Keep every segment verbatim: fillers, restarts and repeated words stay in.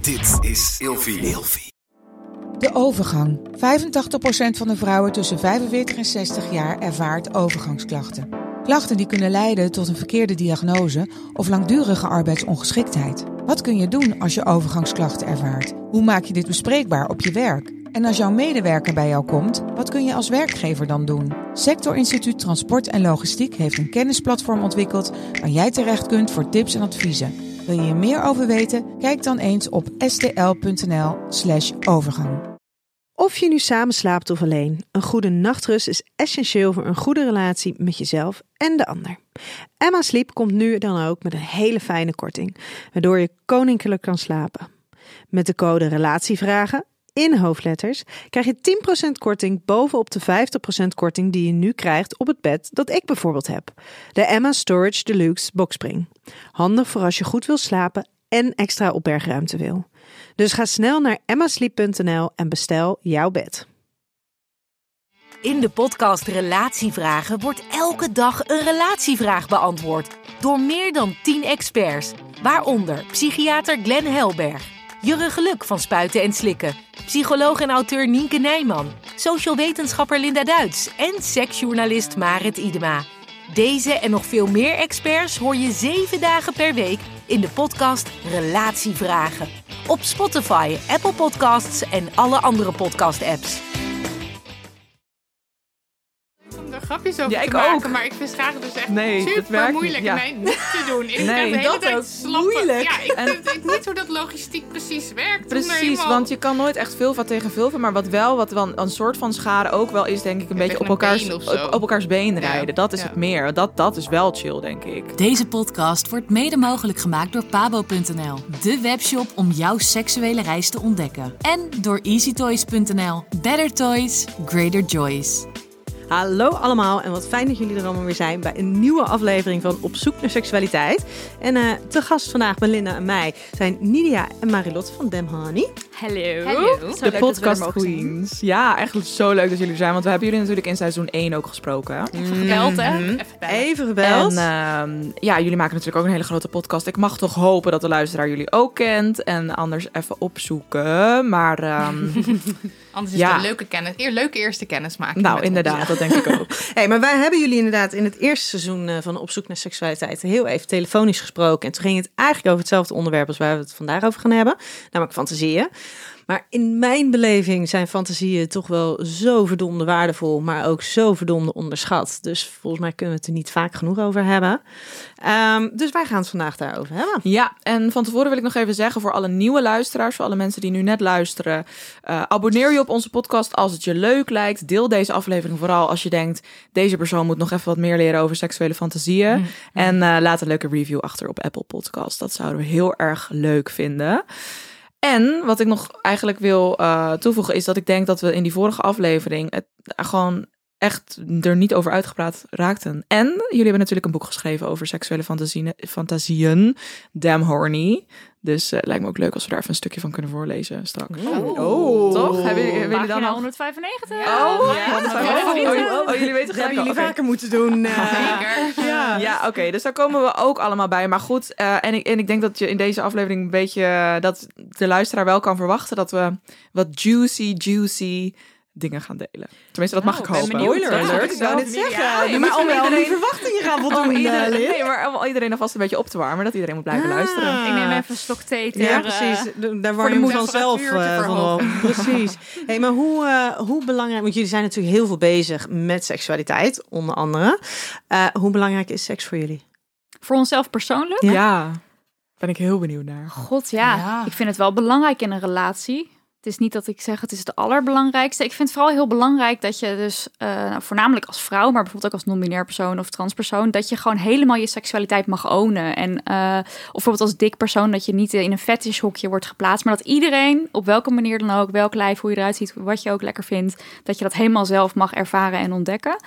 Dit is Ilfie. Ilfie. De overgang. vijfentachtig procent van de vrouwen tussen vijfenveertig en zestig jaar ervaart overgangsklachten. Klachten die kunnen leiden tot een verkeerde diagnose of langdurige arbeidsongeschiktheid. Wat kun je doen als je overgangsklachten ervaart? Hoe maak je dit bespreekbaar op je werk? En als jouw medewerker bij jou komt, wat kun je als werkgever dan doen? Sector Instituut Transport en Logistiek heeft een kennisplatform ontwikkeld waar jij terecht kunt voor tips en adviezen. Wil je hier meer over weten? Kijk dan eens op stl.nl slash overgang. Of je nu samen slaapt of alleen, een goede nachtrust is essentieel voor een goede relatie met jezelf en de ander. Emma Sleep komt nu dan ook met een hele fijne korting, waardoor je koninklijk kan slapen. Met de code RELATIEVRAGEN in hoofdletters krijg je tien procent korting bovenop de vijftig procent korting die je nu krijgt op het bed dat ik bijvoorbeeld heb. De Emma Storage Deluxe Boxspring. Handig voor als je goed wil slapen en extra opbergruimte wil. Dus ga snel naar emma sleep punt n l en bestel jouw bed. In de podcast Relatievragen wordt elke dag een relatievraag beantwoord door meer dan tien experts, waaronder psychiater Glenn Helberg, Jurre Geluk van Spuiten en Slikken, psycholoog en auteur Nienke Nijman, social wetenschapper Linda Duits en seksjournalist Marit Idema. Deze en nog veel meer experts hoor je zeven dagen per week in de podcast Relatievragen. Op Spotify, Apple Podcasts en alle andere podcast-apps. Om er grapjes over ja, te ik maken, ook. maar ik vind schagen dus echt Nee, super moeilijk ja. nee, niet te doen. Ik Nee, heb de hele dat tijd ook slappen. moeilijk. Ja, ik En- weet niet hoe dat logistiek precies werkt. om er Precies, helemaal- want je kan nooit echt vulva tegen vulva, maar wat wel, wat wel een soort van schade ook wel is, denk ik, een Ja, beetje op tegen een elkaars, been of zo. op, op elkaars been Ja, rijden. Dat is ja. het meer. Dat, dat is wel chill, denk ik. Deze podcast wordt mede mogelijk gemaakt door pabo punt n l, de webshop om jouw seksuele reis te ontdekken. En door easy toys punt n l. Better toys, greater joys. Hallo allemaal en wat fijn dat jullie er allemaal weer zijn bij een nieuwe aflevering van Op Zoek naar Seksualiteit. En uh, te gast vandaag bij Linda en mij zijn Nidia en Marilotte van Damn Honey. Hallo. Hallo. De podcast queens. Ja, echt zo leuk dat jullie er zijn, want we hebben jullie natuurlijk in seizoen één ook gesproken. Even gebeld, hè? Mhm. Even bellen. Even gebeld. En uh, ja, jullie maken natuurlijk ook een hele grote podcast. Ik mag toch hopen dat de luisteraar jullie ook kent en anders even opzoeken. Maar um, Anders is ja. het een leuke kennis. Eer, leuke eerste kennismaking. nou, met ons. inderdaad, dat denk ik ook. Hey, maar wij hebben jullie inderdaad in het eerste seizoen uh, van Op Zoek naar Seksualiteit heel even telefonisch gesproken. En toen ging het eigenlijk over hetzelfde onderwerp als waar we het vandaag over gaan hebben. Namelijk fantasieën. Maar in mijn beleving zijn fantasieën toch wel zo verdomde waardevol, maar ook zo verdomde onderschat. Dus volgens mij kunnen we het er niet vaak genoeg over hebben. Um, dus wij gaan het vandaag daarover hebben. Ja, en van tevoren wil ik nog even zeggen voor alle nieuwe luisteraars, voor alle mensen die nu net luisteren, uh, abonneer je op onze podcast als het je leuk lijkt. Deel deze aflevering vooral als je denkt, deze persoon moet nog even wat meer leren over seksuele fantasieën. Mm. En uh, laat een leuke review achter op Apple Podcast. Dat zouden we heel erg leuk vinden. En wat ik nog eigenlijk wil uh, toevoegen is dat ik denk dat we in die vorige aflevering het uh, gewoon echt er niet over uitgepraat raakten. En jullie hebben natuurlijk een boek geschreven over seksuele fantasieën, fantasieën Damn Horny. Dus uh, lijkt me ook leuk als we daar even een stukje van kunnen voorlezen straks. Oh. oh. Toch? Hebben jullie, hebben jullie dan Pagina al... honderdvijfennegentig. Oh, Ja. ja, Ja. oh, Ja. oh, oh, oh, jullie weten Dat gelijk hebben al. jullie Oké. vaker moeten doen. Uh, Zeker. Ja. Ja, oké. Okay, dus daar komen we ook allemaal bij. Maar goed, uh, en, ik, en ik denk dat je in deze aflevering een beetje... Uh, dat de luisteraar wel kan verwachten dat we wat juicy, juicy dingen gaan delen. Tenminste, dat mag Nou, ik ben hopen. benieuwd. Spoiler Ja, alert, ik ik zou wel. dit zeggen. Ja, Je nee, moet maar om wel die iedereen- verwachtingen gaan Om voldoen. iedereen, uh, Lin. nee, maar om iedereen alvast een beetje op te warmen. Dat iedereen moet blijven Ah. luisteren. Ik neem even een slok thee ter, Ja, uh, precies. D- Daar voor word de je moed vanzelf temperatuur te uh, van op. verhogen. Precies. Hey, maar hoe, uh, hoe belangrijk... Want jullie zijn natuurlijk heel veel bezig met seksualiteit, onder andere. Uh, hoe belangrijk is seks voor jullie? voor onszelf persoonlijk. Ja. Ja, ben ik heel benieuwd naar. God, ja. Ja. Ik vind het wel belangrijk in een relatie. Het is niet dat ik zeg het is het allerbelangrijkste. Ik vind het vooral heel belangrijk dat je dus, uh, nou, voornamelijk als vrouw, maar bijvoorbeeld ook als non-binair persoon of transpersoon, dat je gewoon helemaal je seksualiteit mag ownen. En uh, of bijvoorbeeld als dik persoon, dat je niet in een fetishhokje wordt geplaatst, maar dat iedereen, op welke manier dan ook, welk lijf, hoe je eruit ziet, wat je ook lekker vindt, dat je dat helemaal zelf mag ervaren en ontdekken.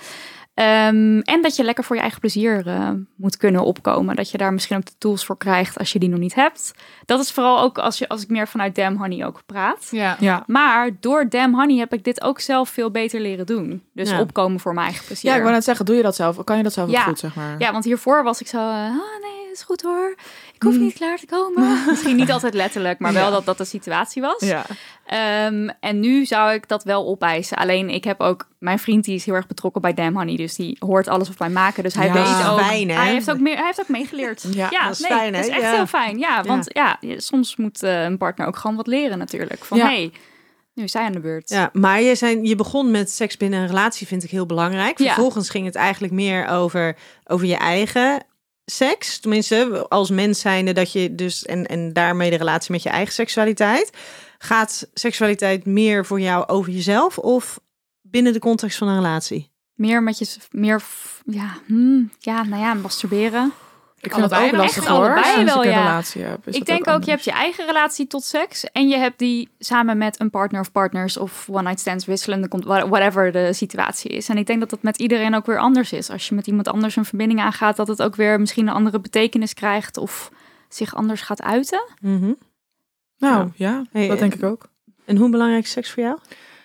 Um, en dat je lekker voor je eigen plezier uh, moet kunnen opkomen. Dat je daar misschien ook de tools voor krijgt als je die nog niet hebt. Dat is vooral ook als, je, als ik meer vanuit Damn Honey ook praat. Ja. Ja. Maar door Damn Honey heb ik dit ook zelf veel beter leren doen. Dus Ja. opkomen voor mijn eigen plezier. Ja, ik wou net zeggen, doe je dat zelf? Kan je dat zelf ook Ja. goed, zeg maar? Ja, want hiervoor was ik zo... Uh, oh nee, is goed hoor. Ik hoef niet klaar te komen. Misschien niet altijd letterlijk, maar wel Ja. dat dat de situatie was. Ja. Um, en nu zou ik dat wel opeisen. Alleen ik heb ook... Mijn vriend die is heel erg betrokken bij Damn Honey. Dus die hoort alles op mij maken. Dus hij Ja. weet ook... Fijn, hè? Hij heeft ook, meer, hij heeft ook meegeleerd. Ja, dat is nee, fijn, hè? dat is echt Ja. heel fijn. Ja, want ja, je- soms moet uh, een partner ook gewoon wat leren natuurlijk. Van Ja. hey, nu is zij aan de beurt. Ja, maar je, zijn, je begon met seks binnen een relatie, vind ik heel belangrijk. Ja. Vervolgens ging het eigenlijk meer over, over je eigen seks. Tenminste, als mens zijnde dat je dus... En, en daarmee de relatie met je eigen seksualiteit. Gaat seksualiteit meer voor jou over jezelf of binnen de context van een relatie? Meer met je... Meer, ja, hmm, ja, nou ja, masturberen. Ik vind het Allebei ook dan? lastig Echt hoor, allebei sinds wel, ik een ja. relatie heb. Is Ik dat denk ook, je anders. hebt je eigen relatie tot seks. En je hebt die samen met een partner of partners of one-night stands wisselende komt, whatever de situatie is. En ik denk dat dat met iedereen ook weer anders is. Als je met iemand anders een verbinding aangaat, dat het ook weer misschien een andere betekenis krijgt of zich anders gaat uiten. Mhm. Nou, ja, Hey, dat eh, denk ik ook. En hoe belangrijk is seks voor jou?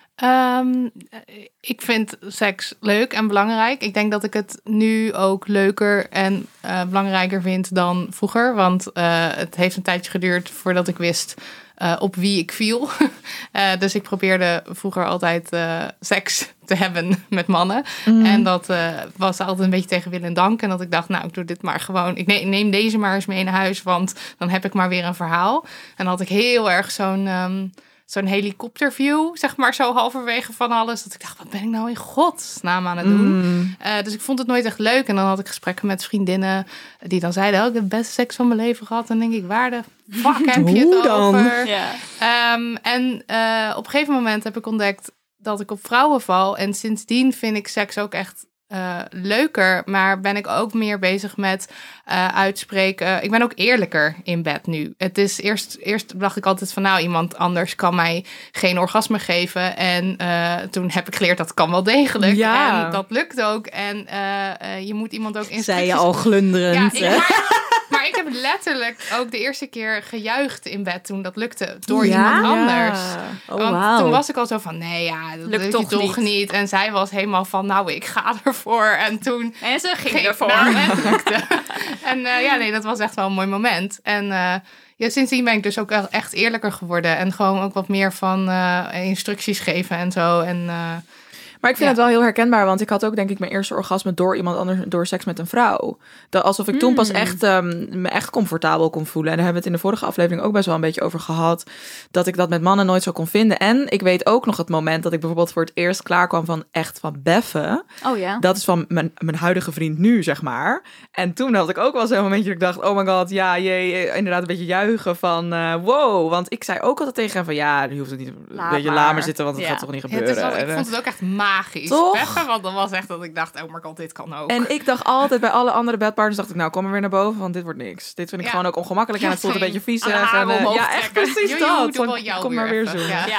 Um, ik vind seks leuk en belangrijk. Ik denk dat ik het nu ook leuker en uh, belangrijker vind dan vroeger. Want uh, het heeft een tijdje geduurd voordat ik wist uh, op wie ik viel. uh, dus ik probeerde vroeger altijd uh, seks te hebben met mannen. Mm. En dat uh, was altijd een beetje tegen wil en dank. En dat ik dacht, nou, ik doe dit maar gewoon. Ik neem, neem deze maar eens mee naar huis, want dan heb ik maar weer een verhaal. En dan had ik heel erg zo'n... Um, zo'n helikopterview, zeg maar, zo halverwege van alles. Dat ik dacht, wat ben ik nou in godsnaam aan het doen? Mm. Uh, dus ik vond het nooit echt leuk. En dan had ik gesprekken met vriendinnen die dan zeiden, oh, ik heb de beste seks van mijn leven gehad. En dan denk ik, waar de fuck heb je Hoe het dan? over? Ja. Um, en uh, op een gegeven moment heb ik ontdekt dat ik op vrouwen val. En sindsdien vind ik seks ook echt uh, leuker. Maar ben ik ook meer bezig met uh, uitspreken. Ik ben ook eerlijker in bed nu. Het is eerst, eerst dacht ik altijd van, nou, iemand anders kan mij geen orgasme geven. En uh, toen heb ik geleerd dat kan wel degelijk. Ja. En dat lukt ook. En uh, uh, je moet iemand ook instructies... Zei je al glunderend. Ja, ik, maar, maar ik heb letterlijk ook de eerste keer gejuicht in bed toen dat lukte. Door Ja? iemand anders. Ja. Oh, Want wauw. toen was ik al zo van, nee ja, dat Lukt lukt, toch je toch niet. niet. En zij was helemaal van, nou, ik ga ervoor. En toen En ze ging ging ervoor. nou, en het lukte. En uh, ja, nee, dat was echt wel een mooi moment. En uh, ja, sindsdien ben ik dus ook wel echt eerlijker geworden. En gewoon ook wat meer van uh, instructies geven en zo. En uh, Maar ik vind Ja. het wel heel herkenbaar, want ik had ook denk ik mijn eerste orgasme door iemand anders, door seks met een vrouw. Dat, alsof ik toen pas echt um, me echt comfortabel kon voelen. En daar hebben we het in de vorige aflevering ook best wel een beetje over gehad. Dat ik dat met mannen nooit zo kon vinden. En ik weet ook nog het moment dat ik bijvoorbeeld voor het eerst klaar kwam van echt van beffen. Oh ja. Dat is van mijn, mijn huidige vriend nu, zeg maar. En toen had ik ook wel zo'n momentje dat ik dacht, oh my god, ja, jee, inderdaad een beetje juichen van uh, wow. Want ik zei ook altijd tegen hem van, ja, je hoeft het niet een Laat beetje maar. laat maar zitten, want het Ja. gaat toch niet het gebeuren. is wel, ik En, uh, vond het ook echt magisch. Toch? Beffen, want dan was echt dat ik dacht, oh my god, dit kan ook. En ik dacht altijd bij alle andere bedpartners, dacht ik, nou, kom maar weer naar boven, want dit wordt niks. Dit vind ik Ja. gewoon ook ongemakkelijk en Ja, het voelt een same. beetje viezig. Aan de haren en, uh, omhoog ja, echt trekken. precies Joe, joe, dat. doe Van, wel jou kom weer maar weer even. zo. Ja. Ja.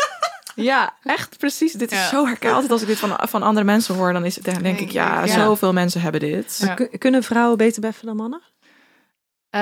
Ja, echt precies. Dit is Ja. zo herkenbaar. Altijd als ik dit van, van andere mensen hoor, dan is het, dan denk ik, ja, Ja. zoveel mensen hebben dit. Ja. K- kunnen vrouwen beter beffen dan mannen? Uh,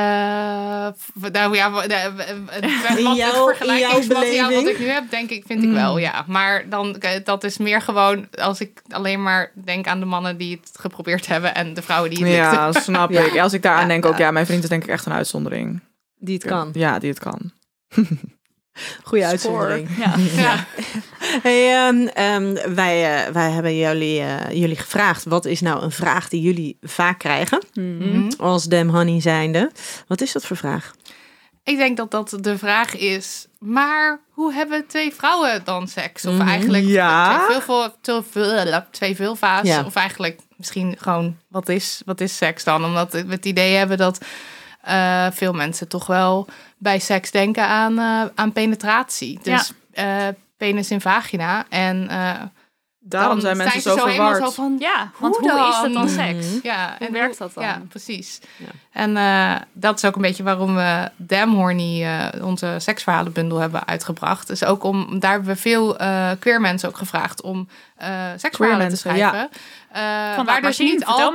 nou ja, w- de- w- het In wat- jouw- het in jouw vergelijkingsmateriaal wat beleving? ik nu heb, denk ik, vind ik wel, ja. Maar dan, eh, dat is meer gewoon als ik alleen maar denk aan de mannen die het geprobeerd hebben en de vrouwen die het lukte. Ja, snap Ja. ik. Als ik daaraan Ja, denk ook, ja. ja, mijn vriend is denk ik echt een uitzondering. Die het kan. Ja, die het kan. Goeie uitzondering. Ja. Ja. Hey, um, um, wij, uh, wij hebben jullie, uh, jullie gevraagd, wat is nou een vraag die jullie vaak krijgen? Mhm. Als Damn Honey zijnde. Wat is dat voor vraag? Ik denk dat dat de vraag is, maar hoe hebben twee vrouwen dan seks? Of Mhm. eigenlijk Ja. twee, veel, veel, veel, twee veelvaas. Ja. Of eigenlijk misschien gewoon, wat is, wat is seks dan? Omdat we het idee hebben dat uh, veel mensen toch wel bij seks denken aan, uh, aan penetratie. Dus uh, penis in vagina. En uh, Daarom dan zijn mensen ze zo helemaal verward. Zo van, Ja, want Hoe hoe, is dat dan? dan seks? ja, Hoe en werkt dat dan? Ja, precies. Ja. En uh, dat is ook een beetje waarom we Damn Horny, uh, onze seksverhalenbundel, hebben uitgebracht. Dus ook om, daar hebben we veel uh, queer mensen ook gevraagd om uh, seksverhalen te mensen, schrijven. ja. Uh, Van waar waar dus zien, niet vertel al, maar.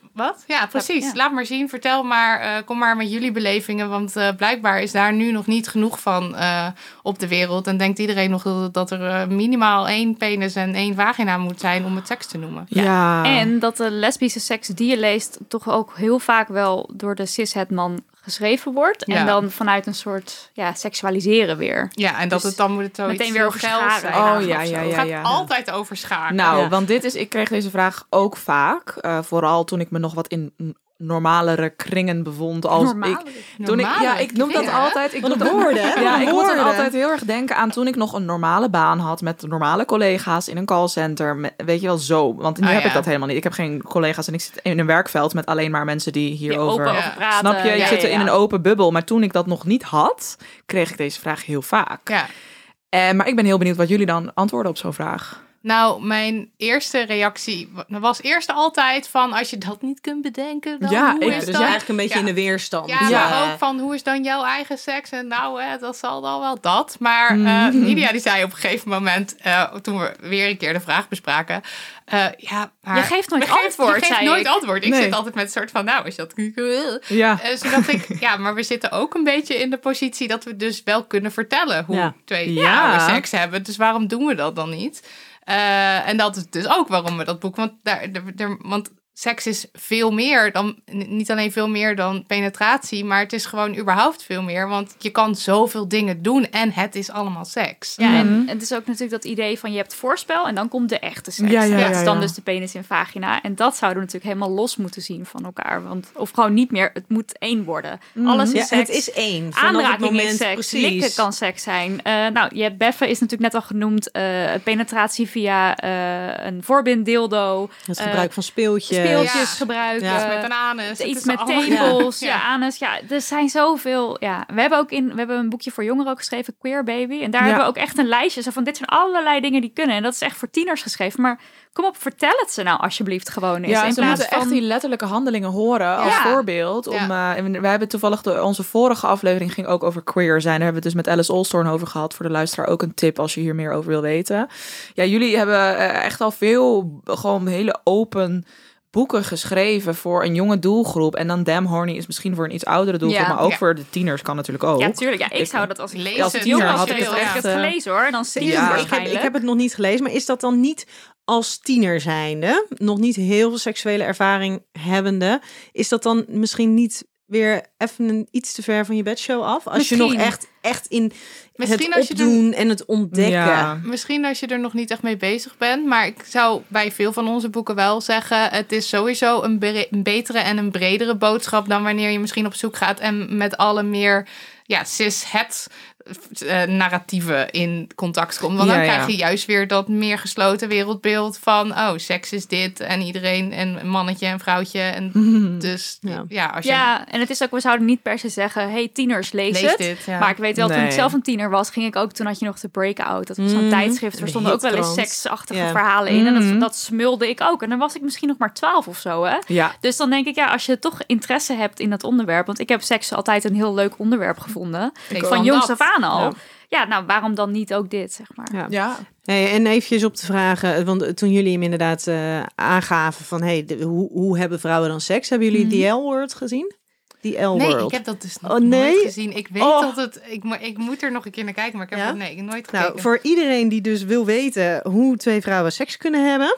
Wat? Ja, precies. Ja. Laat maar zien. Vertel maar. Uh, kom maar met jullie belevingen. Want uh, blijkbaar is daar nu nog niet genoeg van uh, op de wereld. En denkt iedereen nog dat, dat er uh, minimaal één penis en één vagina moet zijn om het seks te noemen. Ja. ja. En dat de lesbische seks die je leest toch ook heel vaak wel door de cis-het man geschreven wordt. Ja. En dan vanuit een soort ja, seksualiseren weer. Ja, en dat dus het dan moet het zoiets meteen weer over scharen zijn. Oh ja, ja, ja. Het gaat ja. altijd over scharen. Nou, ja. want dit is, ik kreeg deze vraag ook vaak. Uh, vooral toen ik me nog wat in normalere kringen bevond. Als Normale. ik, toen ik, ja, ik noem dat altijd. Ik Wat een woorden, hè? Ja, ik moet woorden. dan altijd heel erg denken aan toen ik nog een normale baan had met normale collega's in een callcenter. Met, weet je wel, zo. Want nu oh, heb ja. ik dat helemaal niet. Ik heb geen collega's en ik zit in een werkveld met alleen maar mensen die hierover die open praten. Snap je? Ik ja, zit ja, in ja. een open bubbel. Maar toen ik dat nog niet had, kreeg ik deze vraag heel vaak. Ja. Uh, maar ik ben heel benieuwd wat jullie dan antwoorden op zo'n vraag. Nou, mijn eerste reactie was eerst altijd van... als je dat niet kunt bedenken, dan ja, hoe ik, is Dus dat? ja, eigenlijk een beetje ja. in de weerstand. Ja, ja. maar ook van hoe is dan jouw eigen seks? En nou, hè, dat zal dan wel dat. Maar uh, Lydia die zei op een gegeven moment... Uh, toen we weer een keer de vraag bespraken... Uh, ja, maar je geeft nooit je geeft, antwoord, je geeft zei nooit ik. antwoord. Ik nee. zit altijd met een soort van... nou, is dat... Ja. Uh, zodat ik... Ja, maar we zitten ook een beetje in de positie... dat we dus wel kunnen vertellen... hoe ja. twee ja. vrouwen seks hebben. Dus waarom doen we dat dan niet? Uh, en dat is dus ook waarom we dat boek... Want, daar, daar, daar, want seks is veel meer dan... niet alleen veel meer dan penetratie... maar het is gewoon überhaupt veel meer. Want je kan zoveel dingen doen... en het is allemaal seks. Ja, en het is ook natuurlijk dat idee van... je hebt voorspel en dan komt de echte seks. Ja, ja, ja, dat is dan ja. dus de penis en vagina. En dat zouden we natuurlijk helemaal los moeten zien van elkaar. Want, of gewoon niet meer, het moet één worden. Mm. Alles is ja, seks. Het is één. Vanaf Aanraking het moment, is seks. precies. Likken kan seks zijn. Uh, nou, je hebt beffen is natuurlijk net al genoemd. Uh, penetratie via uh, een voorbinddildo. Het gebruik uh, van speeltjes. Speeltjes Ja. gebruiken. Ja. Iets met een anus. Iets met tepels. Ja. Ja. ja, anus. Ja, er zijn zoveel. Ja. We hebben ook in, we hebben een boekje voor jongeren ook geschreven, Queer Baby. En daar ja. hebben we ook echt een lijstje. Zo van, dit zijn allerlei dingen die kunnen. En dat is echt voor tieners geschreven. Maar kom op, vertel het ze nou alsjeblieft gewoon eens. Ja, in ze plaats moeten van... echt die letterlijke handelingen horen als ja. voorbeeld. Om, Ja. uh, we hebben toevallig, de, onze vorige aflevering ging ook over queer zijn. Daar hebben we het dus met Alice Olstorn over gehad. Voor de luisteraar ook een tip als je hier meer over wil weten. Ja, jullie hebben uh, echt al veel, gewoon hele open... boeken geschreven voor een jonge doelgroep. En dan Damn Horny is misschien voor een iets oudere doelgroep. Ja. Maar ook Ja. voor de tieners kan natuurlijk ook. Ja, tuurlijk. Ja, ik Ik- zou dat als ik Lees als het. tiener Ja, had ik had het ik echt het het echt, gelezen hoor. Dan zie je Ja. het Ik heb, waarschijnlijk. ik heb het nog niet gelezen, maar is dat dan niet als tiener zijnde, nog niet heel veel seksuele ervaring hebbende, is dat dan misschien niet weer even een iets te ver van je bedshow af? Als Misschien. je nog echt, echt in Misschien het als je er- opdoen en het ontdekken. Ja. Misschien als je er nog niet echt mee bezig bent. Maar ik zou bij veel van onze boeken wel zeggen... het is sowieso een, bre- een betere en een bredere boodschap... dan wanneer je misschien op zoek gaat... en met alle meer ja, cis-het uh, narratieven in contact komt. Want Ja, dan ja. krijg je juist weer dat meer gesloten wereldbeeld van... oh, seks is dit en iedereen en een mannetje en vrouwtje. En dus Ja. ja, als je Ja, en het is ook, we zouden niet per se zeggen, hey tieners, lees, leest het. dit... Ja. Maar ik weet wel, toen Nee. ik zelf een tiener was, ging ik ook, toen had je nog de Breakout. Dat was zo'n Mm, tijdschrift, er de stonden ook wel eens hitkrant. seksachtige Ja. verhalen in. En Mhm. dat, dat smulde ik ook. En dan was ik misschien nog maar twaalf of zo, hè. Ja. Dus dan denk ik, ja, als je toch interesse hebt in dat onderwerp... want ik heb seks altijd een heel leuk onderwerp gevonden. Ik Van ook. jongs Dat. af aan al. Ja. Ja. nou, waarom dan niet ook dit, zeg maar. Ja. Ja. Hey, en eventjes op te vragen, want toen jullie hem inderdaad uh, aangaven van hey, de, hoe, hoe hebben vrouwen dan seks? Hebben jullie Mhm. The L-Word gezien? The L-Word. Nee, ik heb dat dus nog Oh, nee? nooit gezien. Ik weet Oh. dat het... Ik, mo- ik moet er nog een keer naar kijken, maar ik heb Ja? het nee, nooit gekeken. Nou, voor iedereen die dus wil weten hoe twee vrouwen seks kunnen hebben.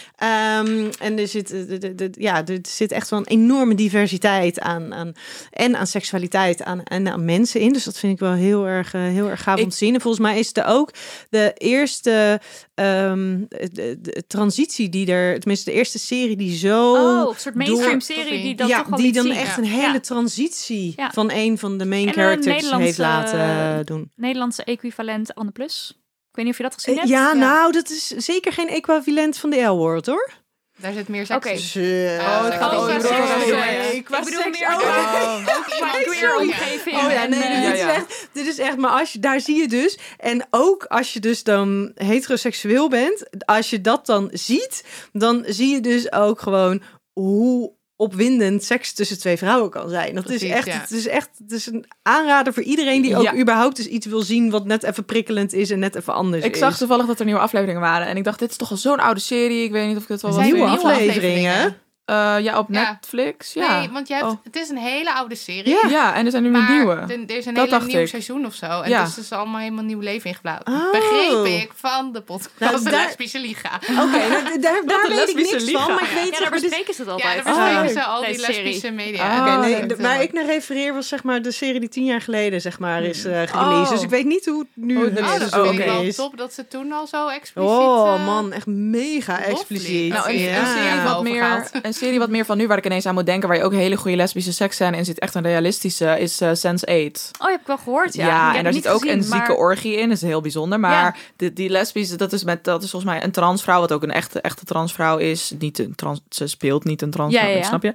Um, en er zit, de, de, de, ja, er zit echt wel een enorme diversiteit aan, aan en aan seksualiteit aan, en aan mensen in. Dus dat vind ik wel heel erg, uh, heel erg gaaf Ik- om te zien. En volgens mij is het ook de eerste um, de, de transitie die er, tenminste de eerste serie die zo... Oh, een soort mainstream door- serie die dat ja, toch wel die liet dan zien. echt Ja. een hele Ja. transitie Ja. van een van de main En een characters Nederlandse, heeft laten uh, doen. Nederlandse equivalent Anne Plus. Ik weet niet of je dat gezien hebt. Ja, nou, dat is zeker geen equivalent van de L-Word, hoor. Daar zit meer seks Oké. in. Zo. Oh, het gaat Oh, over qua seks. seks. Nee, qua Ik bedoel seks meer ook. Oh, ook qua iemand queer zo, ja. omgeving. Oh ja, nee, en, dit, eh, ja, is ja. echt, dit is echt, maar als je, daar zie je dus, en ook als je dus dan heteroseksueel bent, als je dat dan ziet, dan zie je dus ook gewoon hoe opwindend seks tussen twee vrouwen kan zijn. Dat Precies, is echt, ja. het is echt, het is een aanrader voor iedereen die ook Ja. überhaupt dus iets wil zien wat net even prikkelend is en net even anders Ik is. zag toevallig dat er nieuwe afleveringen waren. En ik dacht, dit is toch al zo'n oude serie. Ik weet niet of ik het wel Er wat zijn nieuwe vind. nieuwe afleveringen. afleveringen. Uh, ja, op Ja. Netflix. Ja. Nee, want je hebt, Oh. het is een hele oude serie. Ja. ja, en er zijn nu Maar weer nieuwe. de- er is een Dat hele dacht nieuw ik. seizoen of zo. En Ja. dus er is allemaal helemaal nieuw leven ingebouwd. Oh. Begreep ik van de podcast Nou, de daar- Lesbische Liga. Oké, okay, nou, daar, daar een weet ik lesbische niks liga. van. Maar ik weet Ja, zeg daar maar, dus- bespreken ze het Ja, altijd. daar bespreken Oh, ze al die deze serie. lesbische media. Oh, Oké, nee, leuk. de- waar ik naar refereer was zeg maar de serie die tien jaar geleden zeg maar is uh, gereleased. Oh. Dus ik weet niet hoe het nu Oh, het dat Oh, is- dat seizoen vind ik wel is. top dat ze toen al zo expliciet... Oh uh, man, echt mega lovely. expliciet. Nou, een, Ja. een, serie Ja. wat meer, Overgehaald. een serie wat meer van nu, waar ik ineens aan moet denken, waar je ook hele goede lesbische seksscène in zit, echt een realistische, is uh, sense eight. Oh, heb ik wel gehoord, ja. Ja, Ik heb en het daar niet zit ook gezien, een zieke maar- orgie in, dat is heel bijzonder. Maar Ja. die, die lesbische, dat is, met, dat is volgens mij een transvrouw, wat ook een echte, echte transvrouw is. Niet een trans, ze speelt niet een transvrouw, Ja, ja, ja. snap je?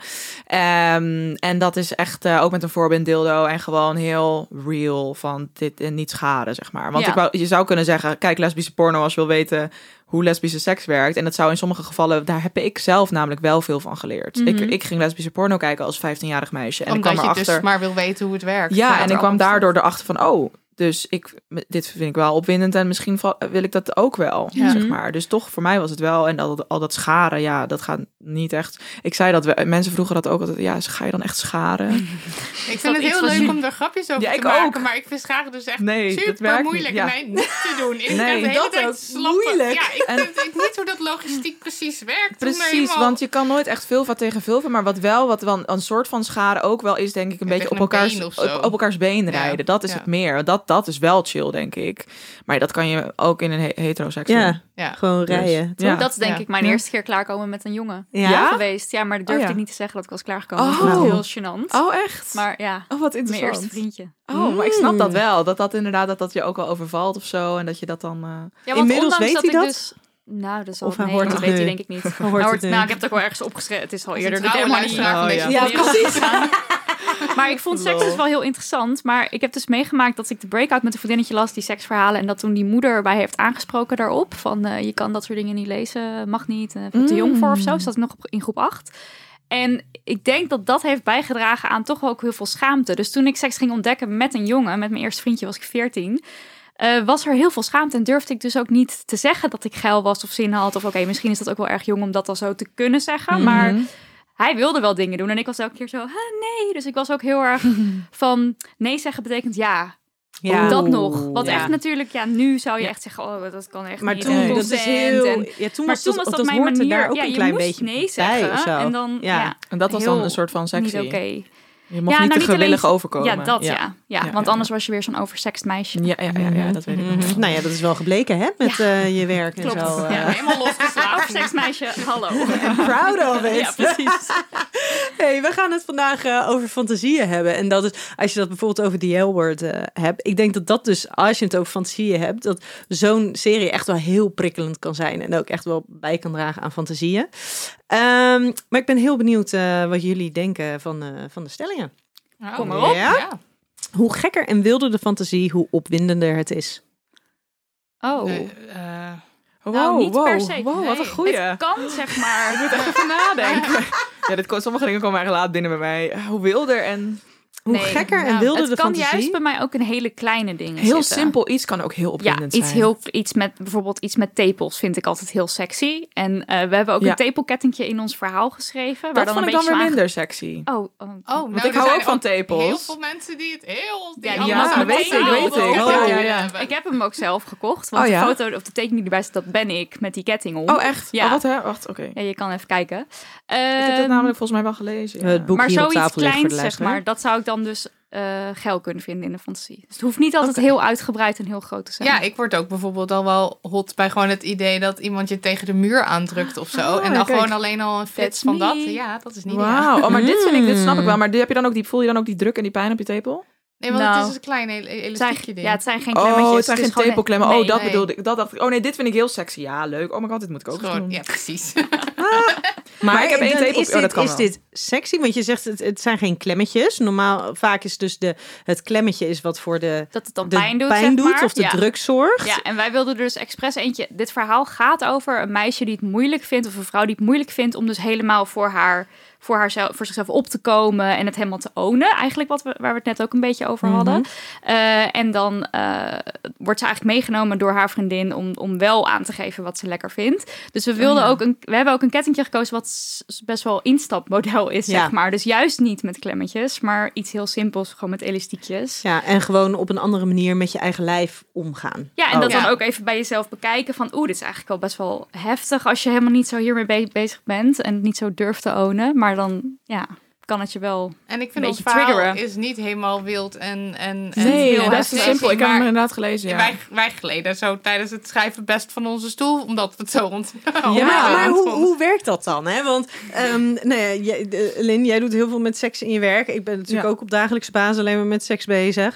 Um, en dat is echt uh, ook met een voorbind dildo en gewoon heel real van dit en niet schaden, zeg maar. Want Ja. ik wou, je zou kunnen zeggen, kijk lesbische porno als je wil weten hoe lesbische seks werkt. En dat zou in sommige gevallen, daar heb ik zelf namelijk wel veel van geleerd. Mhm. ik, ik ging lesbische porno kijken als vijftienjarig meisje. En Omdat ik kwam je erachter. dus maar wil weten hoe het werkt. Ja, Vanuit en ik de kwam afstand. daardoor erachter van, oh, dus ik, dit vind ik wel opwindend en misschien va- wil ik dat ook wel, Ja. zeg maar. Dus toch, voor mij was het wel, en al, al dat scharen, ja, dat gaat niet echt. Ik zei dat, we, mensen vroegen dat ook altijd, ja, ga je dan echt scharen? Ik dat vind het iets heel wat leuk je- om er grapjes over Ja, te ik maken, ook. maar ik vind scharen dus echt Nee, dat super werkt niet. moeilijk. Ja. Nee, niet te doen. Ik Nee, heb de hele dat tijd ook. slappe- Moeilijk. Ja, ik En- weet ik niet hoe dat logistiek precies werkt. Toen er Precies, helemaal- want je kan nooit echt vulva tegen vulva, maar wat wel, wat wel een soort van scharen ook wel is, denk ik, een Ja, beetje op tegen een elkaars, been of zo. op, op elkaars been Ja, rijden. Dat is ja. het meer. Dat, dat is wel chill, denk ik. Maar dat kan je ook in een he- heteroseks doen. Ja, Ja. gewoon Dus, rijden. ja. Dat is denk Ja. ik mijn Ja. eerste keer klaarkomen met een jongen Ja? Ja? geweest. Ja, maar dat durfde Oh, ja. ik niet te zeggen dat ik was klaargekomen. Oh. Ik vond het heel gênant. Oh, echt? Maar ja, oh, wat mijn interessant. eerste vriendje. Oh, maar ik snap dat wel. Dat dat inderdaad, dat dat je ook wel overvalt of zo. En dat je dat dan... uh... Ja, want Inmiddels ondanks weet hij ik dat? Dus, nou, dat, zal Of hij nee, hoort dat het weet hij nu? denk ik niet. Hij Hij hoort hoort, het nu. nou, ik heb het ook wel ergens opgeschreven. Het is al Als eerder een dit trouwe helemaal niet. luisteraar Oh, van ja. deze Ja, podcast. precies. Maar ik vond seks dus wel heel interessant. Maar ik heb dus meegemaakt dat ik de breakout met een vriendinnetje las, die seksverhalen. En dat toen die moeder erbij heeft aangesproken daarop. Van uh, je kan dat soort dingen niet lezen, mag niet. Uh, veel te jong voor of zo. Dus dat ik nog op, in groep acht. En ik denk dat dat heeft bijgedragen aan toch ook heel veel schaamte. Dus toen ik seks ging ontdekken met een jongen, met mijn eerste vriendje was ik veertien... Uh, was er heel veel schaamte en durfde ik dus ook niet te zeggen dat ik geil was of zin had. Of oké, okay, misschien is dat ook wel erg jong om dat al zo te kunnen zeggen. Mm-hmm. Maar hij wilde wel dingen doen en ik was elke keer zo, ah, nee. Dus ik was ook heel erg van, nee zeggen betekent ja. Ja. Dat nog. Wat Ja. echt natuurlijk, ja, nu zou je Ja. echt zeggen, oh, dat kan echt Maar niet. toen, En dat is consent heel... en- ja, toen maar was toen dat, was dat, dat mijn hoort er manier. daar ook ja, een je klein moest beetje nee bij zeggen. of zo. En dan, Ja. ja, En dat was dan heel een soort van sexy. niet oké. Je mocht Ja, niet nou, te niet gewillig alleen- overkomen. Ja, dat ja. Ja, Ja, want ja, anders ja. was je weer zo'n oversext meisje. Ja, ja, ja, ja, dat weet ik nog. Mhm. Nou ja, dat is wel gebleken, hè? Met Ja. uh, je werk en Klopt. zo. Uh. Ja. Helemaal losgeslagen. Oversext meisje, hallo. Proud of it. Ja, precies. Hey, we gaan het vandaag uh, over fantasieën hebben. En dat is, als je dat bijvoorbeeld over de L-word uh, hebt. Ik denk dat dat dus, als je het over fantasieën hebt, dat zo'n serie echt wel heel prikkelend kan zijn. En ook echt wel bij kan dragen aan fantasieën. Um, maar ik ben heel benieuwd uh, wat jullie denken van, uh, van de stellingen. Oh, Kom maar op. Ja? Ja. Hoe gekker en wilder de fantasie, hoe opwindender het is. Oh. Nee, uh, Wow, Nou, niet wow, per se. wow, wat een Nee. goeie. Het kan, zeg maar. Ik moet echt even nadenken. Ja, dit, sommige dingen komen eigenlijk laat binnen bij mij. Hoe wilder en Hoe Nee, gekker en nou, wilder het de kan fantasie. juist bij mij ook in hele kleine dingen heel zitten. simpel iets kan ook heel Ja, opwindend iets, zijn. heel, iets met bijvoorbeeld iets met tepels vind ik altijd heel sexy. En uh, we hebben ook Ja. een tepelkettingje in ons verhaal geschreven. Waar Dat dan vond een ik dan beetje weer zo minder sexy. aange- Oh, oh. oh, nou, ik er hou zijn ook van tepels. Heel veel mensen die het heel... Die Ja, die allemaal ja, zo'n weet ik, tepel weet ik. op Oh, hun ja, hoofd ja. hebben. Ik heb hem ook zelf gekocht. Want Oh, ja? de foto of de tekening die erbij staat, dat ben ik met die ketting om. Oh, echt? Ja. Oh, wat hè? Wacht, oké. Ja, je kan even kijken. Ik heb dat Ehm, namelijk volgens mij wel gelezen. Ja. Het boek maar hier op zoiets tafel ligt voor de kleins, zeg luisteraar. maar, dat zou ik dan dus uh, geil kunnen vinden in de fantasie. Dus het hoeft niet altijd Oké. heel uitgebreid en heel groot te zijn. Ja, ik word ook bijvoorbeeld al wel hot bij gewoon het idee dat iemand je tegen de muur aandrukt of zo. Oh, en dan kijk. gewoon alleen al een flits That's van me. dat. Ja, dat is niet Wauw. Oh, maar dit vind ik, dit snap ik wel. Maar heb je dan ook die, voel je dan ook die druk en die pijn op je tepel? Nee, want Nou, het is een klein ele- Het zijn, elastiekje ding. ja, het zijn geen klemmetjes. Oh, het zijn geen is gewoon- tepelklemmen. nee, oh, dat nee. bedoelde ik. Dat dacht ik. Oh nee, dit vind ik heel sexy. Ja, leuk. Oh my god, dit moet ik Het ook is eens gewoon, doen. ja, precies. Maar, Maar ik heb één dan tepel- Is oh, dit, dat kan is wel. dit sexy? Want je zegt het, het zijn geen klemmetjes. Normaal vaak is dus de, het klemmetje is wat voor de, Dat het dan de pijn doet, pijn zeg doet maar. of de Ja. druk zorgt. Ja, en wij wilden er dus expres eentje. Dit verhaal gaat over een meisje die het moeilijk vindt, of een vrouw die het moeilijk vindt om dus helemaal voor haar, voor haarzelf, voor zichzelf op te komen en het helemaal te ownen. Eigenlijk wat we, waar we het net ook een beetje over hadden. Mm-hmm. Uh, en dan uh, wordt ze eigenlijk meegenomen door haar vriendin om, om wel aan te geven wat ze lekker vindt. Dus we wilden Oh, ja. ook een, we hebben ook een kettingje gekozen wat s- best wel instapmodel is, Ja. zeg maar. Dus juist niet met klemmetjes, maar iets heel simpels, gewoon met elastiekjes. Ja, en gewoon op een andere manier met je eigen lijf omgaan. Ja, en Oh. dat Ja. dan ook even bij jezelf bekijken van... oeh, dit is eigenlijk wel best wel heftig... als je helemaal niet zo hiermee be- bezig bent... en het niet zo durft te ownen. Maar dan, ja, kan het je wel... En ik vind Een ons beetje verhaal triggeren. is niet helemaal wild en, en, en Nee, heel dat is te heftig, simpel. Ik heb hem maar inderdaad gelezen, ja. Wij, wij gleden zo tijdens het schrijven best van onze stoel, omdat we het zo rond. Ja, maar, maar hoe, hoe werkt dat dan? Hè? Want um, nou ja, jij, de, Lin, jij doet heel veel met seks in je werk. Ik ben natuurlijk Ja. ook op dagelijkse basis alleen maar met seks bezig.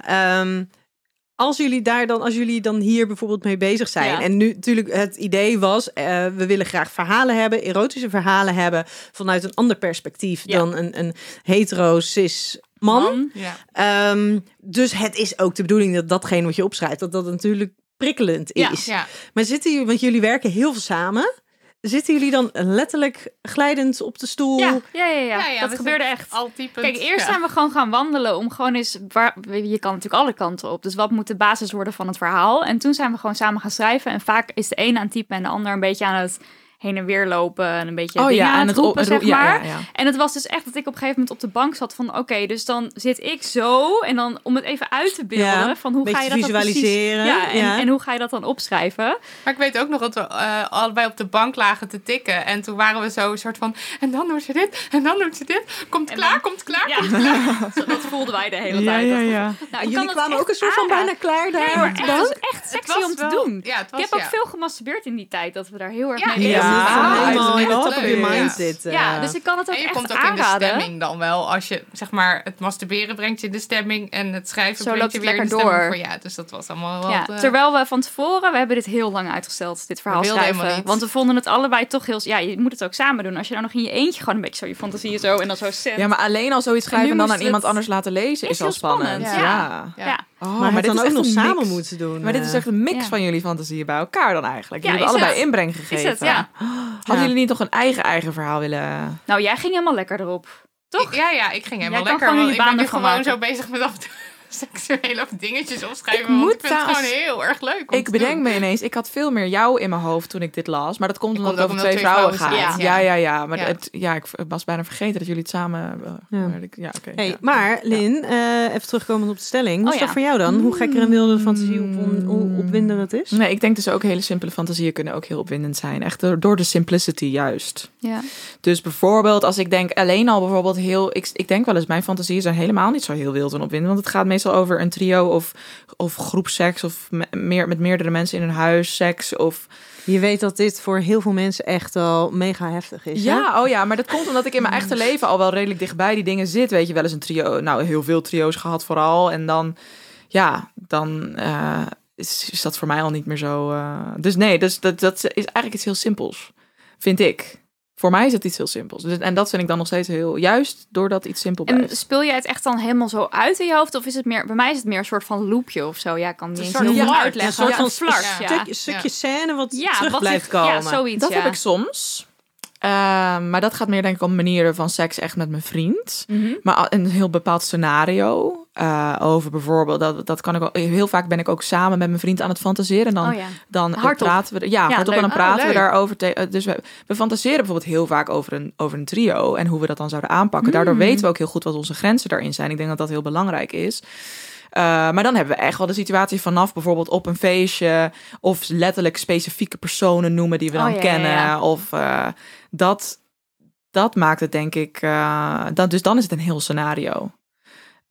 Um, als jullie daar dan, als jullie dan hier bijvoorbeeld mee bezig zijn. Ja. En nu natuurlijk het idee was, uh, we willen graag verhalen hebben, erotische verhalen hebben vanuit een ander perspectief Ja. dan een, een hetero cis man. Man. Ja. Um, dus het is ook de bedoeling dat datgene wat je opschrijft, dat dat natuurlijk prikkelend Ja. is. Ja. Maar zitten jullie, want jullie werken heel veel samen. Zitten jullie dan letterlijk glijdend op de stoel? Ja, ja, ja, ja. Ja, ja, dat we gebeurde zijn echt. al typend, Kijk, eerst ja. zijn we gewoon gaan wandelen om gewoon eens... Waar, je kan natuurlijk alle kanten op. Dus wat moet de basis worden van het verhaal? En toen zijn we gewoon samen gaan schrijven. En vaak is de een aan het typen en de ander een beetje aan het heen en weer lopen. En een beetje Oh dingen ja, aan en het het roepen, op- zeg ja, maar. ja, ja. En het was dus echt dat ik op een gegeven moment op de bank zat van... Oké, dus dan zit ik zo. En dan om het even uit te beelden. Ja, van hoe beetje ga je dat dan visualiseren, precies... Ja, en, ja. en hoe ga je dat dan opschrijven? Maar ik weet ook nog dat we uh, allebei op de bank lagen te tikken. En toen waren we zo een soort van... En dan doet ze dit, en dan doet ze dit. Komt En klaar, dan- komt klaar. Ja, zo, dat voelden wij de hele Ja, tijd. ja, Dat- ja. Nou, ik kan Jullie het kwamen echt ook een soort van aanraden. bijna klaar daar Nee, op maar de echt, bank. het was echt Het sexy was om te wel- doen. Ja, het was, Ik heb ook ja. veel gemasturbeerd in die tijd, dat we daar heel erg Ja, mee ja, bezig Ja, waren. helemaal in de leuk. top of your Ja. mind zitten. Ja, dus ik kan het ook En je echt komt ook in de aanraden. stemming dan wel. Als je, zeg maar, het masturberen brengt je in de stemming. En het schrijven Zo brengt loopt je het weer in de lekker stemming. door. Voor, ja, dus dat was allemaal wel... Ja, wat, uh, terwijl we van tevoren, we hebben dit heel lang uitgesteld, dit verhaal We wilden schrijven. helemaal niet. Want we vonden het allebei toch heel... Ja, je moet het ook samen doen. Als je dan nog in je eentje gewoon een beetje zo je fantasie zo en dan zo zet. Ja, maar alleen al zoiets En schrijven nu en dan moest aan iemand het- anders laten lezen Is is al heel spannend. spannend, Ja. ja. ja. Oh, maar het dit dan is ook echt nog een samen mix. moeten doen. Maar dit is eh. echt een mix Ja. van jullie fantasieën bij elkaar dan eigenlijk. Ja, Jullie is hebben allebei het. inbreng gegeven. Is het, ja. Hadden Ja. jullie niet nog een eigen eigen verhaal willen... Nou, jij ging helemaal lekker erop. Toch? Ja, ja, ik ging helemaal Jij kan lekker. gewoon Want je ik ben baan nu ervan gewoon maken. zo bezig met af en toe seksuele dingetjes opschrijven. Ik want moet ik vind het trouwens- gewoon heel erg leuk om Ik te bedenk doen. me ineens, ik had veel meer jou in mijn hoofd toen ik dit las. Maar dat komt omdat komt het ook over omdat twee twee vrouwen vrouwen gaat. zijn. Ja, Ja. ja, ja. Maar Ja. Het, ja, ik was bijna vergeten dat jullie het samen hebben. Ja. Maar ik- Ja, oké. Hey, ja. maar Lin, eh, even terugkomend op de stelling. Hoe Oh, is dat ja. voor jou dan? Hoe gekker en wilde de fantasie op, on- hoe opwindend het is? Nee, ik denk dus ook hele simpele fantasieën kunnen ook heel opwindend zijn. Echt door- door de simplicity juist. Ja. Dus bijvoorbeeld als ik denk alleen al bijvoorbeeld heel... Ik, ik denk wel eens, mijn fantasieën zijn helemaal niet zo heel wild en opwindend. Want het gaat meestal over een trio of, of groepseks of me- meer, met meerdere mensen in een huis, seks of... Je weet dat dit voor heel veel mensen echt al mega heftig is. hè? Ja, oh ja, maar dat komt omdat ik in mijn echte leven al wel redelijk dichtbij die dingen zit. Weet je, wel eens een trio, nou heel veel trio's gehad vooral. En dan, ja, dan uh, is, is dat voor mij al niet meer zo... Uh... Dus nee, dus dat, dat is eigenlijk iets heel simpels, vind ik. Voor mij is het iets heel simpels. Dus, en dat vind ik dan nog steeds heel... Juist doordat iets simpel En blijft. speel je het echt dan helemaal zo uit in je hoofd? Of is het meer... Bij mij is het meer een soort van loopje of zo. Ja, ik kan het niet Een eens soort heel goed flark, uitleggen. Een soort Ja, van flark, ja. ja. stuk, stukje Ja. scène wat Ja, terug wat blijft zich- komen. Ja, zoiets, Dat ja. heb ik soms. Uh, maar dat gaat meer denk ik om manieren van seks echt met mijn vriend. Mhm. Maar een heel bepaald scenario uh, over bijvoorbeeld... Dat, dat kan ik ook, heel vaak ben ik ook samen met mijn vriend aan het fantaseren. En dan, Oh ja. dan Hardop. praten we... er- Ja, Ja, hardop. leuk. En dan Oh, praten we leuk. daarover. Te, uh, dus we, we fantaseren bijvoorbeeld heel vaak over een, over een trio. En hoe we dat dan zouden aanpakken. Daardoor Mm. weten we ook heel goed wat onze grenzen daarin zijn. Ik denk dat dat heel belangrijk is. Uh, maar dan hebben we echt wel de situatie vanaf bijvoorbeeld op een feestje... of letterlijk specifieke personen noemen die we dan Oh, ja, kennen. ja, ja. Of uh, dat, dat maakt het denk ik... Uh, dat, dus dan is het een heel scenario.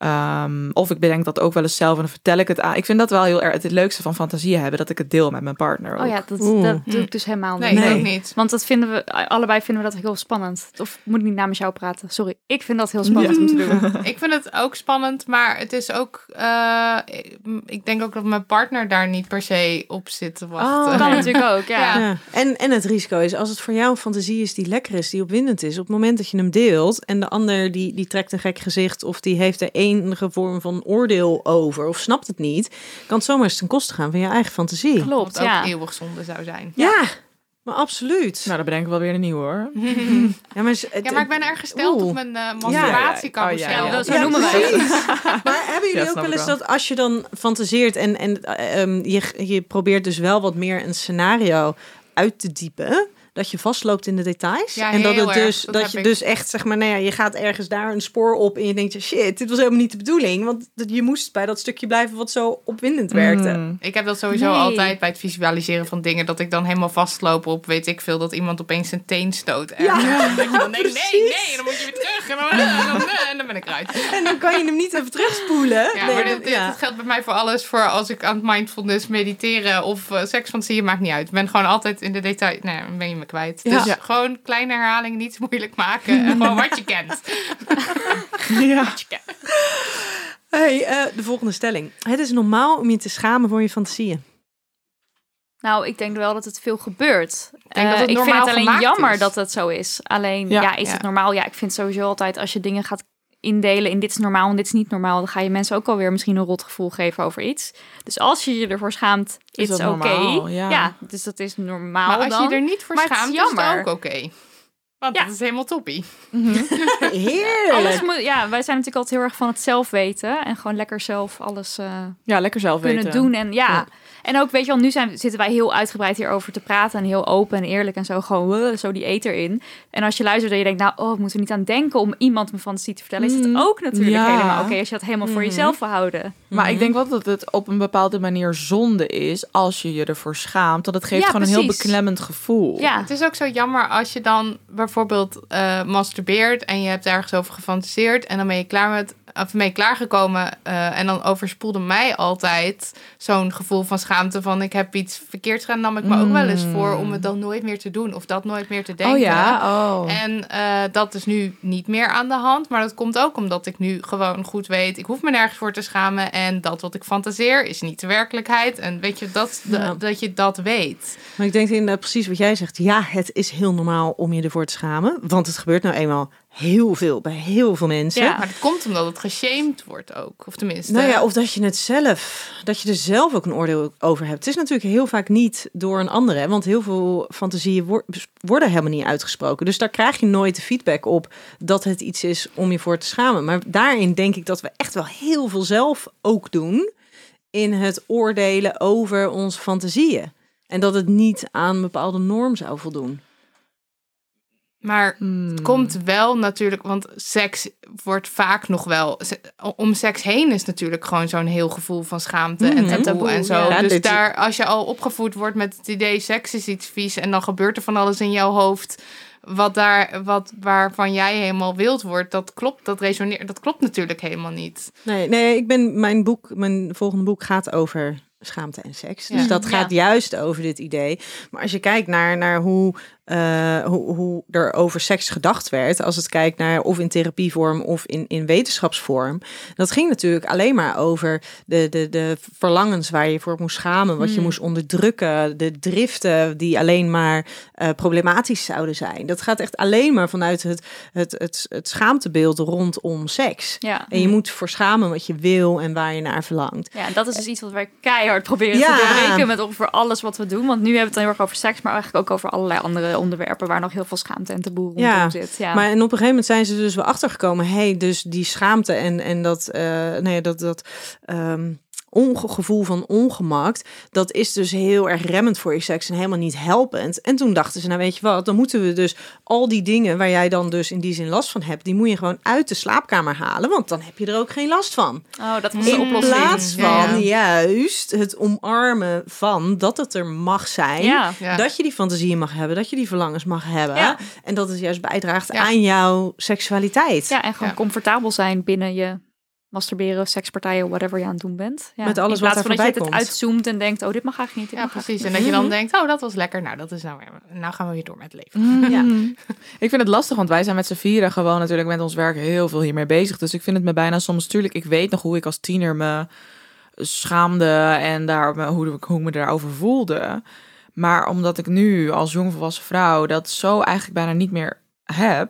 Um, of ik bedenk dat ook wel eens zelf en dan vertel ik het aan. Ik vind dat wel heel erg het leukste van fantasieën hebben, dat ik het deel met mijn partner ook. Oh ja, dat, Oeh. dat doe ik dus helemaal niet. Nee, Nee. ik ook niet. Want dat vinden we, allebei vinden we dat heel spannend. Of moet ik niet namens jou praten? Sorry, ik vind dat heel spannend om te doen. Ik vind het ook spannend, maar het is ook... Uh, ik, ik denk ook dat mijn partner daar niet per se op zit te wachten. Oh, Dat kan natuurlijk ook, ja. Ja. Ja. En, en het risico is, als het voor jou een fantasie is die lekker is, die opwindend is, op het moment dat je hem deelt en de ander die, die trekt een gek gezicht of die heeft er enige vorm van oordeel over of snapt het niet, kan het zomaar eens ten koste gaan van je eigen fantasie. Klopt, Wat ook ja. eeuwig zonde zou zijn. Ja, maar absoluut. Nou, dan bedenk ik wel weer een nieuwe hoor. Ja, maar, het- Ja, maar ik ben erg gesteld Oeh. op mijn uh, masturbatiecarousel. Ja, ja, ja. Ja, zo Ja, noemen wij het. precies. Maar hebben jullie Ja, ook snap wel ik eens wel. dat als je dan fantaseert en, en uh, um, je, je probeert dus wel wat meer een scenario uit te diepen, dat je vastloopt in de details? Ja, en dat heel het erg. dus Dat dat heb je ik. dus echt zeg maar, nou ja, je gaat ergens daar een spoor op en je denkt, shit, dit was helemaal niet de bedoeling, want dat- je moest bij dat stukje blijven wat zo opwindend werkte. Mm. Ik heb dat sowieso Nee. altijd bij het visualiseren van dingen, dat ik dan helemaal vastloop op, weet ik veel, dat iemand opeens een teen stoot. Ja, En dat je dan denkt, nee, precies. nee, dan moet je weer terug. En dan, en dan, en dan ben ik eruit. En dan kan je hem niet even terugspoelen. Ja, Nee, maar dan- dit, dit, ja. dit geldt bij mij voor alles. Voor als ik aan het mindfulness mediteren of uh, seksfantasieën, maakt niet uit. Ik ben gewoon altijd in de detail. Nee, dan ben je me kwijt. Ja. Dus gewoon kleine herhalingen, niet zo moeilijk maken. En gewoon wat je kent. Ja. Wat je kent. Hey, eh, de volgende stelling. Het is normaal om je te schamen voor je fantasieën. Nou, ik denk wel dat het veel gebeurt. Ik denk dat Eh, het ik vind normaal het alleen gemaakt jammer is. dat het zo is. Alleen, ja, Ja, is ja. het normaal? Ja, ik vind sowieso altijd als je dingen gaat indelen in dit is normaal en dit is niet normaal, dan ga je mensen ook alweer misschien een rot gevoel geven over iets. Dus als je je ervoor schaamt, Is is dat oké. normaal? Ja. Ja, dus dat is normaal Maar als dan. je er niet voor Maar het is schaamt, is het jammer. ook oké. Want Ja. dat is helemaal toppie. Heerlijk. Alles moet, ja, wij zijn natuurlijk altijd heel erg van het zelf weten en gewoon lekker zelf alles eh, Ja, lekker zelf kunnen weten. doen. En ja. Ja. En ook, weet je wel, nu zijn, zitten wij heel uitgebreid hierover te praten en heel open en eerlijk en zo gewoon uh, zo die eet erin. En als je luistert en je denkt, nou, oh, ik moet er niet aan denken om iemand mijn fantasie te vertellen, is Mm. het ook natuurlijk Ja. helemaal oké als je dat helemaal voor jezelf wil houden. Maar ik denk wel dat het op een bepaalde manier zonde is als je je ervoor schaamt. Want het geeft Ja, gewoon een heel precies. beklemmend gevoel. Ja, Het is ook zo jammer als je dan bijvoorbeeld eh, masturbeert en je hebt ergens over gefantaseerd en dan ben je klaar met, of ben je klaargekomen uh, en dan overspoelde mij altijd zo'n gevoel van schaamte van ik heb iets verkeerds gedaan, nam ik me ook wel eens voor om het dan nooit meer te doen of dat nooit meer te denken. Oh ja, oh. En uh, dat is nu niet meer aan de hand. Maar dat komt ook omdat ik nu gewoon goed weet, ik hoef me nergens voor te schamen. En dat wat ik fantaseer is niet de werkelijkheid. En weet je, dat, Ja. de, dat je dat weet. Maar ik denk inderdaad precies wat jij zegt. Ja, het is heel normaal om je ervoor te schamen. Want het gebeurt nou eenmaal heel veel bij heel veel mensen. Ja. Maar dat komt omdat het geshamed wordt ook. Of tenminste... Nou ja, of dat je het zelf, dat je er zelf ook een oordeel over hebt. Het is natuurlijk heel vaak niet door een andere, hè, want heel veel fantasieën wo- worden helemaal niet uitgesproken. Dus daar krijg je nooit de feedback op dat het iets is om je voor te schamen. Maar daarin denk ik dat we echt wel heel veel zelf ook doen in het oordelen over onze fantasieën. En dat het niet aan een bepaalde norm zou voldoen. Maar Hmm. het komt wel natuurlijk, want seks wordt vaak nog wel... Om seks heen is natuurlijk gewoon zo'n heel gevoel van schaamte en Mhm. taboe, Taboe, en zo. ja. Ja, Dus dit- daar, als je al opgevoed wordt met het idee seks is iets vies en dan gebeurt er van alles in jouw hoofd wat daar, wat, waarvan jij helemaal wild wordt, dat klopt, dat resoneert, dat klopt natuurlijk helemaal niet. Nee, nee, ik ben mijn boek, mijn volgende boek gaat over schaamte en seks. Dus Ja. dat gaat juist over dit idee. Maar als je kijkt naar, naar hoe, uh, hoe, hoe er over seks gedacht werd, als het kijkt naar of in therapievorm of in, in wetenschapsvorm, dat ging natuurlijk alleen maar over de, de, de verlangens waar je voor moest schamen, wat je Hmm. moest onderdrukken, de driften die alleen maar uh, problematisch zouden zijn. Dat gaat echt alleen maar vanuit het, het, het, het schaamtebeeld rondom seks. ja. En je moet voor schamen wat je wil en waar je naar verlangt. Ja, en dat is dus iets wat wij keihard proberen Ja. te doorbreken met ongeveer alles wat we doen. Want nu hebben we het dan heel erg over seks, maar eigenlijk ook over allerlei andere onderwerpen waar nog heel veel schaamte en taboe rondom Ja, zit. Ja, Maar en op een gegeven moment zijn ze dus wel achtergekomen. Hey, dus die schaamte en, en dat, uh, nee, dat, dat um, onge- gevoel van ongemak, dat is dus heel erg remmend voor je seks en helemaal niet helpend. En toen dachten ze, nou weet je wat, dan moeten we dus al die dingen waar jij dan dus in die zin last van hebt, die moet je gewoon uit de slaapkamer halen, want dan heb je er ook geen last van. oh, dat was de In oplossing. plaats van Ja, ja. juist het omarmen van dat het er mag zijn. Ja. Ja. Dat je die fantasieën mag hebben, dat je die verlangens mag hebben. Ja. En dat het juist bijdraagt Ja. aan jouw seksualiteit. Ja, en gewoon Ja. comfortabel zijn binnen je masturberen, sekspartijen, whatever je aan het doen bent. Ja. Met alles in wat plaats er van dat je voorbij het komt. uitzoomt en denkt, oh, dit mag eigenlijk niet. Dit Ja, mag precies. En eigenlijk dat je niet. dan denkt, oh, dat was lekker. Nou, dat is nou weer... Nou gaan we weer door met het leven. Ja. Ik vind het lastig, want wij zijn met z'n vieren gewoon natuurlijk met ons werk heel veel hiermee bezig. Dus ik vind het me bijna soms, tuurlijk, ik weet nog hoe ik als tiener me schaamde en daar, hoe, hoe ik me daarover voelde. Maar omdat ik nu als jongvolwassen vrouw dat zo eigenlijk bijna niet meer heb,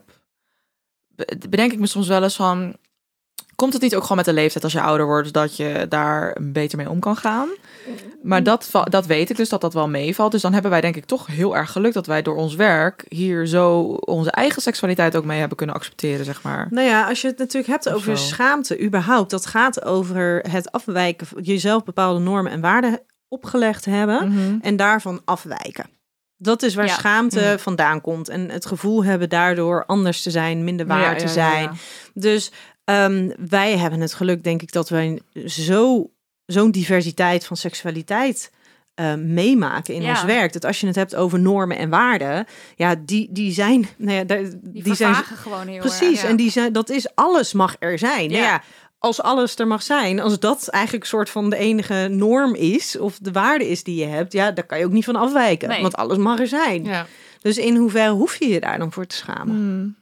bedenk ik me soms wel eens van, komt het niet ook gewoon met de leeftijd als je ouder wordt, dat je daar beter mee om kan gaan? Maar dat, dat weet ik dus, dat dat wel meevalt. Dus dan hebben wij denk ik toch heel erg geluk dat wij door ons werk hier zo onze eigen seksualiteit ook mee hebben kunnen accepteren, zeg maar. Nou ja, als je het natuurlijk hebt Of over zo. schaamte überhaupt, dat gaat over het afwijken, jezelf bepaalde normen en waarden opgelegd hebben Mm-hmm. en daarvan afwijken. Dat is waar Ja. schaamte Mm. vandaan komt. En het gevoel hebben daardoor anders te zijn, minder waard Ja, te ja, ja, zijn. ja. Dus um, wij hebben het geluk, denk ik, dat wij zo, zo'n diversiteit van seksualiteit uh, meemaken in Ja. ons werk. Dat als je het hebt over normen en waarden, ja, die, die zijn... Nou ja, daar- Die, die zijn vervagen gewoon heel precies, erg. Ja. en die zijn, dat is alles mag er zijn. Ja. Nou ja, als alles er mag zijn, als dat eigenlijk een soort van de enige norm is, of de waarde is die je hebt, ja, daar kan je ook niet van afwijken. Nee. Want alles mag er zijn. Ja. Dus in hoeverre hoef je je daar dan voor te schamen? Mm.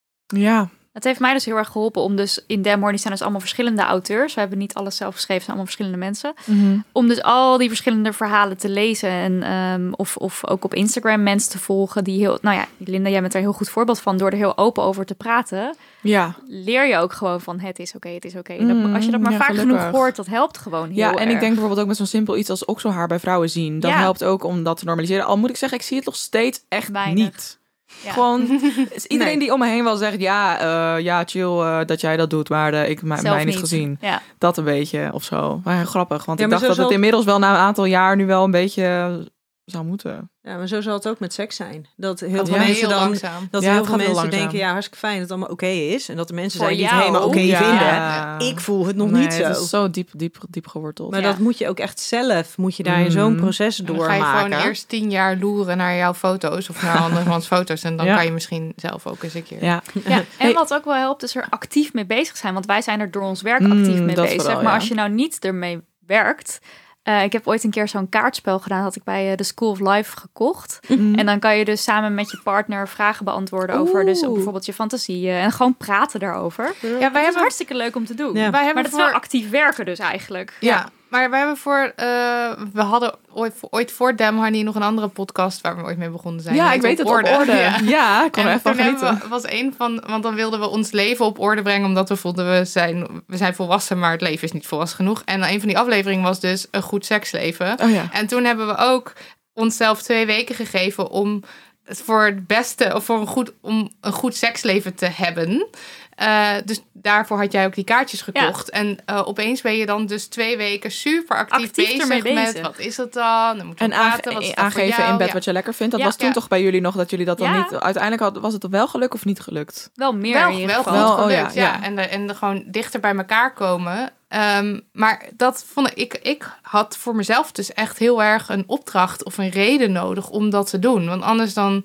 Ja. Het heeft mij dus heel erg geholpen om dus in Damn Horny zijn dus allemaal verschillende auteurs. We hebben niet alles zelf geschreven, het zijn allemaal verschillende mensen. Mm-hmm. Om dus al die verschillende verhalen te lezen en um, of, of ook op Instagram mensen te volgen die heel, nou ja, Linda, jij bent er een heel goed voorbeeld van. Door er heel open over te praten, Ja. leer je ook gewoon van het is oké, het is oké. Mm, Als je dat maar ja, vaak gelukkig. genoeg hoort, dat helpt gewoon heel Ja, en erg. ik denk bijvoorbeeld ook met zo'n simpel iets als okselhaar bij vrouwen zien. Dat Ja. helpt ook om dat te normaliseren. Al moet ik zeggen, ik zie het nog steeds echt Weinig. niet. Ja. Gewoon, is iedereen Nee. die om me heen wel zegt, ja, uh, ja chill uh, dat jij dat doet, maar uh, ik mij, Zelf mij niet niet. gezien. Ja. Dat een beetje, of zo. Maar grappig, want Ja, ik maar dacht dat zo het zal- inmiddels wel na een aantal jaar nu wel een beetje uh, zou moeten. Ja, maar zo zal het ook met seks zijn. Dat heel Dat veel gaat mensen heel dan... langzaam. Dat Ja, heel het veel gaat heel mensen langzaam. denken, ja, hartstikke fijn dat het allemaal oké is. En dat er mensen Voor zijn die het jou. helemaal oké Ja. vinden. Ik voel het nog Nee, niet zo. Het is zo diep, diep, diep geworteld. Maar Ja. dat moet je ook echt zelf, moet je daar in Mm. zo'n proces En dan ga je doormaken. gewoon eerst tien jaar loeren naar jouw foto's of naar andermans foto's. En dan Ja. kan je misschien zelf ook eens een keer. Ja. Ja, en Hey. wat ook wel helpt, is er actief mee bezig zijn. Want wij zijn er door ons werk Mm, actief mee dat bezig. vooral, maar ja. als je nou niet ermee werkt... Uh, ik heb ooit een keer zo'n kaartspel gedaan. Dat ik bij uh, de School of Life gekocht. Mm. En dan kan je dus samen met je partner vragen beantwoorden over dus Oeh. bijvoorbeeld je fantasieën. En gewoon praten daarover. Ja, wij Dat is hebben, hartstikke leuk om te doen. Ja. wij Maar hebben dat is voor... wel actief werken dus eigenlijk. Ja, maar wij hebben voor... uh, we hadden ooit, ooit voor Damn Honey nog een andere podcast waar we ooit mee begonnen zijn. Ja, Die ik heet weet het, op orde. Ja. Ja, ik kon er En echt van toen hebben genieten. we, was een van, want dan wilden we ons leven op orde brengen, omdat we voelden we zijn, we zijn volwassen, maar het leven is niet volwassen genoeg. En een van die afleveringen was dus een goed seksleven. Oh ja. En toen hebben we ook onszelf twee weken gegeven om het voor het beste, of voor een goed, om een goed seksleven te hebben. Uh, dus daarvoor had jij ook die kaartjes gekocht. Ja. En uh, opeens ben je dan dus twee weken super actief, Actief bezig, ermee bezig met wat is het dan? Dan moeten we En praten, wat is aange- dat voor aangeven jou? in bed Ja. wat je lekker vindt. Dat Ja. was toen Ja. toch bij jullie nog dat jullie dat dan Ja. niet... Uiteindelijk had, was het wel gelukt of niet gelukt? Wel meer Wel, in ieder wel geval. goed Wel, oh ja, gelukt, ja. ja. En, de, en de gewoon dichter bij elkaar komen. Um, maar dat vond ik, ik had voor mezelf dus echt heel erg een opdracht of een reden nodig om dat te doen. Want anders dan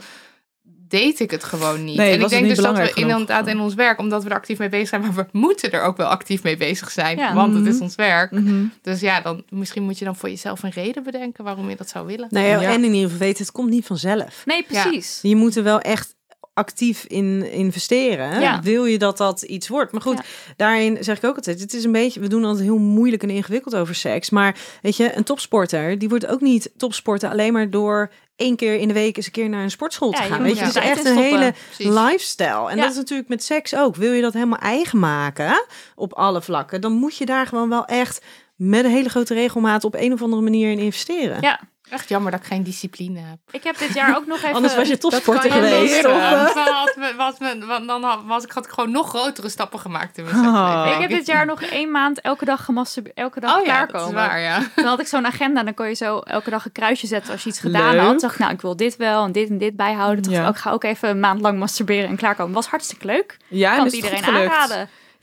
deed ik het gewoon niet. Nee, en ik was het denk niet dus dat we belangrijk genoeg. inderdaad in ons werk, omdat we er actief mee bezig zijn, maar we moeten er ook wel actief mee bezig zijn. Ja. Want het is Mhm. ons werk. Mm-hmm. Dus ja, dan, misschien moet je dan voor jezelf een reden bedenken waarom je dat zou willen. Nou ja, Ja. en in ieder geval weten, het komt niet vanzelf. Nee, precies. Je moet er wel echt actief in investeren. Hè? Ja. Wil je dat dat iets wordt? Maar goed, Ja. daarin zeg ik ook altijd, het is een beetje, we doen altijd heel moeilijk en ingewikkeld over seks. Maar weet je, een topsporter, die wordt ook niet topsporter alleen maar door één keer in de week eens een keer naar een sportschool te Ja, je gaan. moet Weet je, er het is tijd echt in een stoppen. hele Precies. lifestyle. En Ja. dat is natuurlijk met seks ook. Wil je dat helemaal eigen maken op alle vlakken, dan moet je daar gewoon wel echt met een hele grote regelmaat op een of andere manier in investeren. Ja, Echt jammer dat ik geen discipline heb. ik heb dit jaar ook nog even... Anders was je topsporter kan je geweest. leren. Of, eh, Dan, had me- was me- want dan had, was ik, had ik gewoon nog grotere stappen gemaakt in mijn Oh. seksleven. Ik heb dit jaar nog één maand elke dag gemasturbeerd, elke dag Oh ja, klaarkomen. dat is waar, ja. Dan had ik zo'n agenda, dan kon je zo elke dag een kruisje zetten als je iets gedaan Leuk. had. Toen dacht ik, nou, ik wil dit wel en dit en dit bijhouden. Toen Ja. dacht ik, ook, ik ga ook even een maand lang masturberen en klaarkomen. Was hartstikke leuk. Ja, en Kan is het het iedereen goed gelukt? aanraden.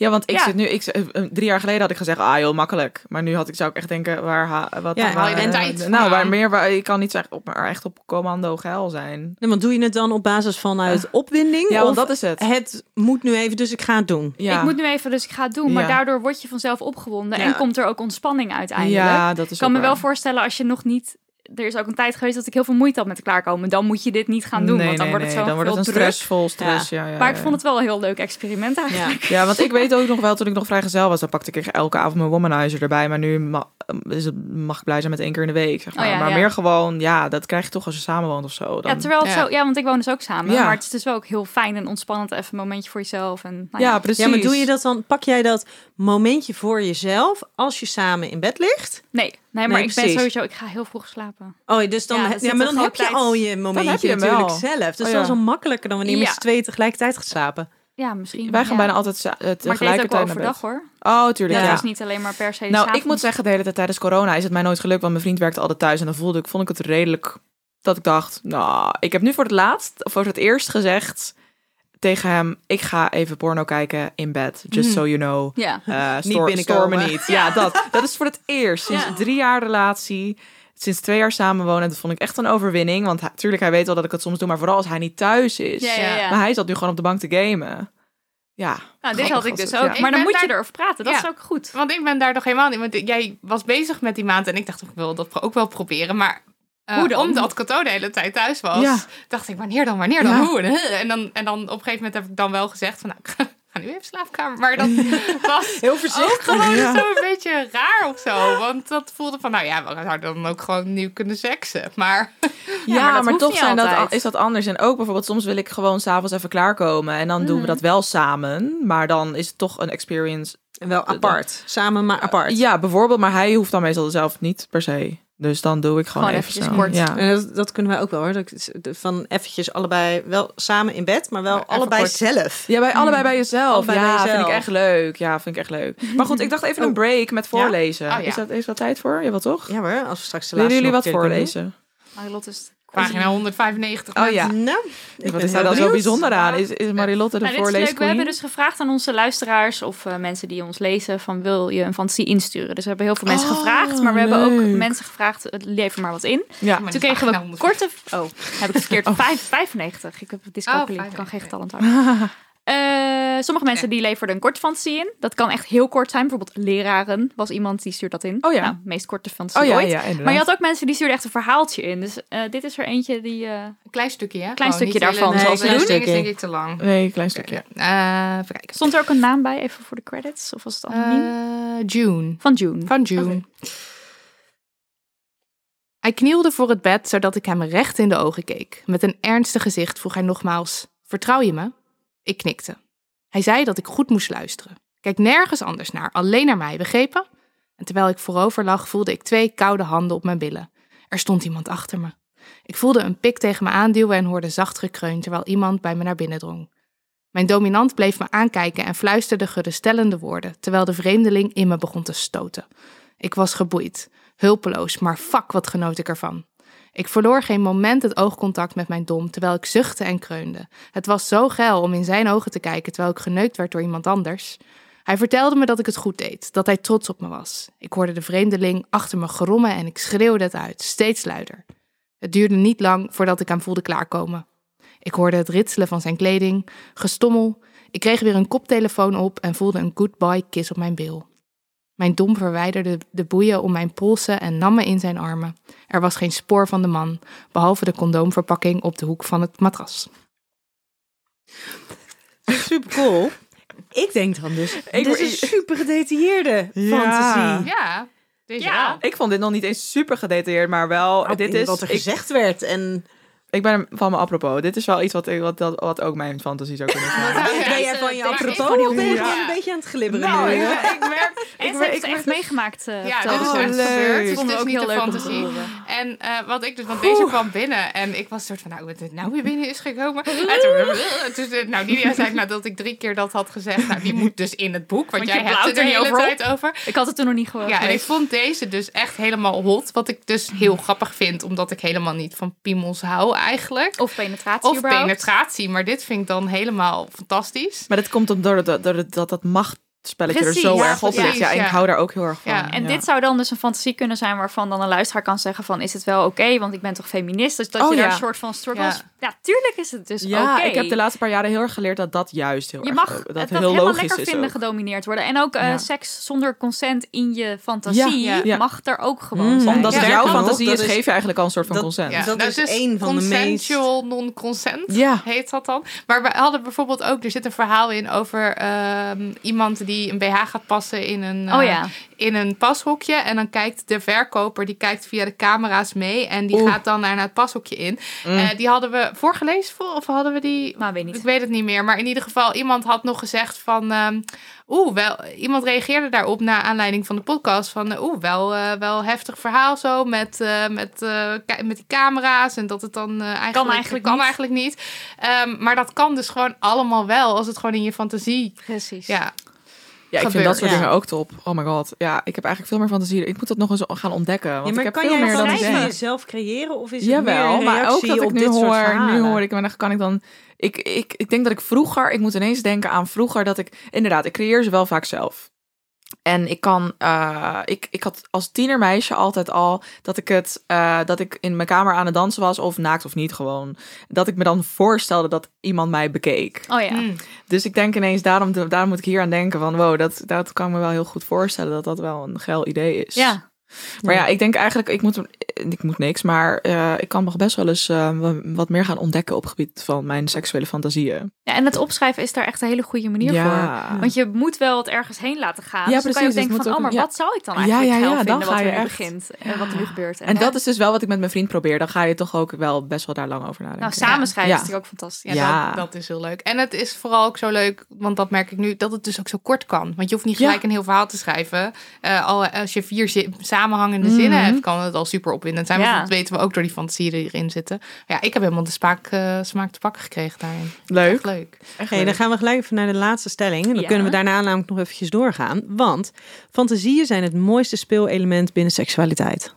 Ja, want ik Ja. zit nu... Ik, drie jaar geleden had ik gezegd, ah joh, makkelijk. Maar nu had ik, zou ik echt denken, waar... Ha, wat, Ja, haal je de waar- tijd Nou, vandaan? waar meer... Waar, ik kan niet zeggen, op, maar echt op commando geil zijn. Nee, want doe je het dan op basis vanuit opwinding? Ja, of want dat is het. Het moet nu even, dus ik ga het doen. Ja. Ik moet nu even, dus ik ga het doen. Maar Ja. daardoor word je vanzelf opgewonden. Ja. En komt er ook ontspanning uiteindelijk. Ja, dat is Ik kan ook me wel waar. voorstellen als je nog niet... Er is ook een tijd geweest dat ik heel veel moeite had met klaarkomen. Dan moet je dit niet gaan doen, Nee, want dan nee, wordt het nee, zo dan wordt het een veel druk. stressvol stress. Ja. Ja, ja, Maar ik ja. vond het wel een heel leuk experiment eigenlijk. Ja. Ja, want ik weet ook nog wel, toen ik nog vrijgezel was, dan pakte ik echt elke avond mijn womanizer erbij. Maar nu ma- is het, mag ik blij zijn met één keer in de week. Zeg maar Oh ja, maar ja. meer gewoon, ja, dat krijg je toch als je samenwoont of zo. Dan... Ja, terwijl het Ja. zo... Ja, want ik woon dus ook samen. Ja. Maar het is dus wel ook heel fijn en ontspannend. Even een momentje voor jezelf. En, nou ja, ja, precies. Ja, maar doe je dat dan? Pak jij dat momentje voor jezelf als je samen in bed ligt? Nee, nee, maar Nee, ik ben precies. sowieso... Ik ga heel vroeg slapen. Oh, dus dan, Ja, ja, er zit maar een dan groot heb je tijd- al je heb momentje je hem natuurlijk wel. zelf. Dus Oh, dat ja. is wel makkelijker dan wanneer je Ja. met z'n tweeën tegelijkertijd gaat slapen. Ja, misschien. Wij gaan ja. bijna altijd za- eh, Maar ik deed het ook tegelijkertijd wel naar bed. overdag hoor. Oh, tuurlijk. Ja, Ja. het is niet alleen maar per se Nou, ik s'avonds. moet zeggen, de hele tijd tijdens corona is het mij nooit gelukt. Want mijn vriend werkte altijd thuis. En dan voelde ik, vond ik het redelijk dat ik dacht... Nou, ik heb nu voor het laatst, of voor het eerst gezegd tegen hem... Ik ga even porno kijken in bed. Just so you know. Ja. Uh, Niet stoor, binnenkomen. stoor me niet. Ja, dat, dat is voor het eerst. Sinds Ja. drie jaar relatie. Sinds twee jaar samenwonen. Dat vond ik echt een overwinning. Want natuurlijk, hij weet wel dat ik het soms doe. Maar vooral als hij niet thuis is. Ja, ja, ja. Maar hij zat nu gewoon op de bank te gamen. Ja. Nou, dit Grappig had ik was dus het, ook. ja. Maar Ik dan ben moet je daar- erover praten. Dat Ja. is ook goed. Want ik ben daar toch helemaal niet. Want jij was bezig met die maand en ik dacht, ik wil dat ook wel proberen. Maar uh, Hoe dan? omdat Cato de hele tijd thuis was, Ja. dacht ik, wanneer dan, wanneer dan, Ja. hoe? En dan, en dan op een gegeven moment heb ik dan wel gezegd van, nou, ik ga, ga nu even slaapkamer. Maar dat was Heel ook voorzichtig. gewoon Ja. zo een beetje raar of zo. Want dat voelde van, nou ja, we zouden dan ook gewoon nieuw kunnen seksen. Maar Ja, maar maar, dat hoeft toch niet zijn dat, altijd. is dat anders. En ook bijvoorbeeld, soms wil ik gewoon s'avonds even klaarkomen. En dan doen we dat wel samen. Maar dan is het toch een experience. Wel apart. Samen, maar apart. Ja, bijvoorbeeld. Maar hij hoeft dan meestal zelf niet per se. Dus dan doe ik gewoon, Gewoon even eventjes zo. kort. Ja. En dat, dat kunnen wij ook wel hoor. Dat ik- Van eventjes allebei wel samen in bed, maar wel even allebei kort. zelf. Ja, bij allebei bij jezelf. Allebei ja, bij vind jezelf. ik echt leuk. Ja, vind ik echt leuk. Maar goed, ik dacht even een break met voorlezen. Oh, ja. Is dat is dat tijd voor? Ja, wel toch? Ja hoor, als we straks de Willen laatste jullie nog wat een keer kunnen voorlezen? Marilotte is... pagina honderdvijfennegentig. Oh ja. doen. Nou, ik Wat ben is heel daar dan zo benieuwd. bijzonder aan? Is, is Marilotte de Nou, dit is leuk. We voorleesqueen? hebben dus gevraagd aan onze luisteraars of uh, mensen die ons lezen van wil je een fantasie insturen. Dus we hebben heel veel mensen Oh, gevraagd, maar we hebben ook leuk. mensen gevraagd, uh, lever maar wat in. Ja. Maar Toen die kregen we pagina korte... Oh, heb ik het verkeerd? Vijf, vijfennegentig. Ik heb dyscalculie, Oh, ik kan geen vijfennegentig. getal onthouden. Uh, sommige mensen die leverden een korte fantasie in. Dat kan echt heel kort zijn. Bijvoorbeeld leraren was iemand die stuurt dat in. Oh ja. Nou, meest korte fantasie Oh ja, ooit. ja, inderdaad. Maar je had ook mensen die stuurden echt een verhaaltje in. Dus uh, dit is er eentje die... Uh, Een klein stukje, hè? Klein Gewoon stukje niet hele- daarvan, Nee, zoals klein we stukje doen. is denk ik te lang. Nee, klein stukje. Eh, even kijken. stond er ook een naam bij, even voor de credits? Of was het anoniem? Eh, June. Van June. Van June. Hij knielde voor het bed, zodat ik hem recht in de ogen keek. Met een ernstig gezicht vroeg hij nogmaals, vertrouw je me? Ik knikte. Hij zei dat ik goed moest luisteren. Kijk nergens anders naar, alleen naar mij, begrepen? En terwijl ik voorover lag, voelde ik twee koude handen op mijn billen. Er stond iemand achter me. Ik voelde een pik tegen me aanduwen en hoorde zacht gekreun, terwijl iemand bij me naar binnen drong. Mijn dominant bleef me aankijken en fluisterde geruststellende woorden, terwijl de vreemdeling in me begon te stoten. Ik was geboeid, hulpeloos, maar fuck wat genoot ik ervan. Ik verloor geen moment het oogcontact met mijn dom, terwijl ik zuchtte en kreunde. Het was zo geil om in zijn ogen te kijken, terwijl ik geneukt werd door iemand anders. Hij vertelde me dat ik het goed deed, dat hij trots op me was. Ik hoorde de vreemdeling achter me grommen en ik schreeuwde het uit, steeds luider. Het duurde niet lang voordat ik hem voelde klaarkomen. Ik hoorde het ritselen van zijn kleding, gestommel. Ik kreeg weer een koptelefoon op en voelde een goodbye kiss op mijn bil. Mijn dom verwijderde de boeien om mijn polsen en nam me in zijn armen. Er was geen spoor van de man, behalve de condoomverpakking op de hoek van het matras. Super cool. Ik denk dan dus, Ik dit is word- een super gedetailleerde Ja. fantasie. Ja, dus Ja. Ik vond dit nog niet eens super gedetailleerd, maar wel. Nou, dit in is wat er ik, gezegd werd. En ik ben van me apropos. Dit is wel iets wat, ik, wat, dat- wat ook mijn fantasie zou kunnen zijn. Ja, ben jij deze- van je deze apropos is gewoon heel of ben je goed. gewoon Ja. een beetje aan het glibberen Nou, nu? ik, hè? ik merk. En Ik ze merk- heeft ik het echt merk- meegemaakt. Uh, Ja, vertelde dit is ze. Oh, echt leuk. gebeurd. Dat Het vonden is we ook niet heel de leuk om te fantasie. horen. En uh, wat ik dus, want deze kwam binnen en ik was soort van, nou, wat het nou weer binnen is gekomen. En toen, toen, nou, Lydia zei nadat ik drie keer dat had gezegd, nou, die moet dus in het boek, want, Want jij je hebt het blauwt er er de niet hele over tijd over. Ik had het toen nog niet gehoord. Ja, en ik vond deze dus echt helemaal hot, wat ik dus heel grappig vind, omdat ik helemaal niet van piemels hou eigenlijk. Of penetratie Of überhaupt. penetratie, maar dit vind ik dan helemaal fantastisch. Maar dat komt omdat dat, dat, dat, dat mag spelletje Precies, er zo ja, erg op precies, ligt. Ja, en ja. ik hou daar ook heel erg van. Ja, En ja. dit zou dan dus een fantasie kunnen zijn waarvan dan een luisteraar kan zeggen van, is het wel oké? Okay? Want ik ben toch feminist? Dus dat Oh, je daar ja. een soort van struggles... Ja. Ja, tuurlijk is het dus Ja, oké. ik heb de laatste paar jaren heel erg geleerd dat dat juist heel Je erg... mag dat het heel dat helemaal logisch lekker is vinden ook. gedomineerd worden. En ook uh, Ja. seks zonder consent in je fantasie Ja, ja. mag er ook gewoon Mm. zijn. Omdat Ja, het ja, jouw kan fantasie ook. is, Dat is- geef je eigenlijk al een soort van dat- consent. Ja, Dat nou, is dus één van de meest- consensual non-consent Ja. heet dat dan. Maar we hadden bijvoorbeeld ook, er zit een verhaal in over ehm, iemand die een B H gaat passen in een, Oh eh, ja. in een pashokje. En dan kijkt de verkoper, die kijkt via de camera's mee. En die Oeh. gaat dan naar, naar het pashokje in. Mm. Eh, die hadden we voorgelezen voor, of hadden we die... Maar weet niet. Ik weet het niet meer. Maar in ieder geval, iemand had nog gezegd van... ehm, Oeh, wel, iemand reageerde daarop naar aanleiding van de podcast. Van eh, oeh, wel, eh, wel heftig verhaal zo met, eh, met, eh, ki- met die camera's. En dat het dan eh, eigenlijk, Kan eigenlijk kan niet. eigenlijk niet. Ehm, maar dat kan dus gewoon allemaal wel. Als het gewoon in je fantasie... Precies. Ja, Ja, ik vind gebeurt. dat soort Ja. dingen ook top. Oh my god. Ja, ik heb eigenlijk veel meer fantasie. Ik moet dat nog eens gaan ontdekken. Want Ja, maar ik heb kan veel jij meer dan ik fantasie denk. jezelf creëren? Of is het Jawel, meer een maar ook reactie dat ik op nu dit soort hoor, nu verhalen? hoor ik, maar dan kan ik dan... Ik, ik, ik denk dat ik vroeger, ik moet ineens denken aan vroeger dat ik... Inderdaad, ik creëer ze wel vaak zelf. En ik kan, uh, ik, ik had als tienermeisje altijd al dat ik het, uh, dat ik in mijn kamer aan het dansen was, of naakt of niet gewoon. Dat ik me dan voorstelde dat iemand mij bekeek. Oh ja. Mm. Dus ik denk ineens, daarom, daarom moet ik hier aan denken van, wow, dat, dat kan ik me wel heel goed voorstellen dat dat wel een geil idee is. Ja. Maar ja, ik denk eigenlijk, ik moet, ik moet niks, maar uh, ik kan nog best wel eens uh, wat meer gaan ontdekken op het gebied van mijn seksuele fantasieën. Ja, en het opschrijven is daar echt een hele goede manier Ja. voor. Want je moet wel het ergens heen laten gaan. Ja, dus dan kan je ook precies, denken dus van, het oh, moet maar ook- wat zou ik dan Ja, eigenlijk ja, ja, geil dan vinden ga wat je er nu echt- begint en wat er nu gebeurt. En hè? dat is dus wel wat ik met mijn vriend probeer. Dan ga je toch ook wel best wel daar lang over nadenken. Nou, samen schrijven Ja. is natuurlijk ook fantastisch. Ja, Ja. Dat, dat is heel leuk. En het is vooral ook zo leuk, want dat merk ik nu, dat het dus ook zo kort kan. Want je hoeft niet gelijk Ja. een heel verhaal te schrijven. Uh, al, als je vier zi- samenhangende Mhm. zinnen hebt, kan het al super opwindend zijn. Ja. Want dat weten we ook door die fantasieën die erin zitten. Ja, ik heb helemaal de smaak, uh, smaak te pakken gekregen daarin. Leuk. Echt leuk. Echt Hey, leuk. dan gaan we gelijk even naar de laatste stelling. En dan Ja. kunnen we daarna namelijk nog eventjes doorgaan. Want fantasieën zijn het mooiste speelelement binnen seksualiteit.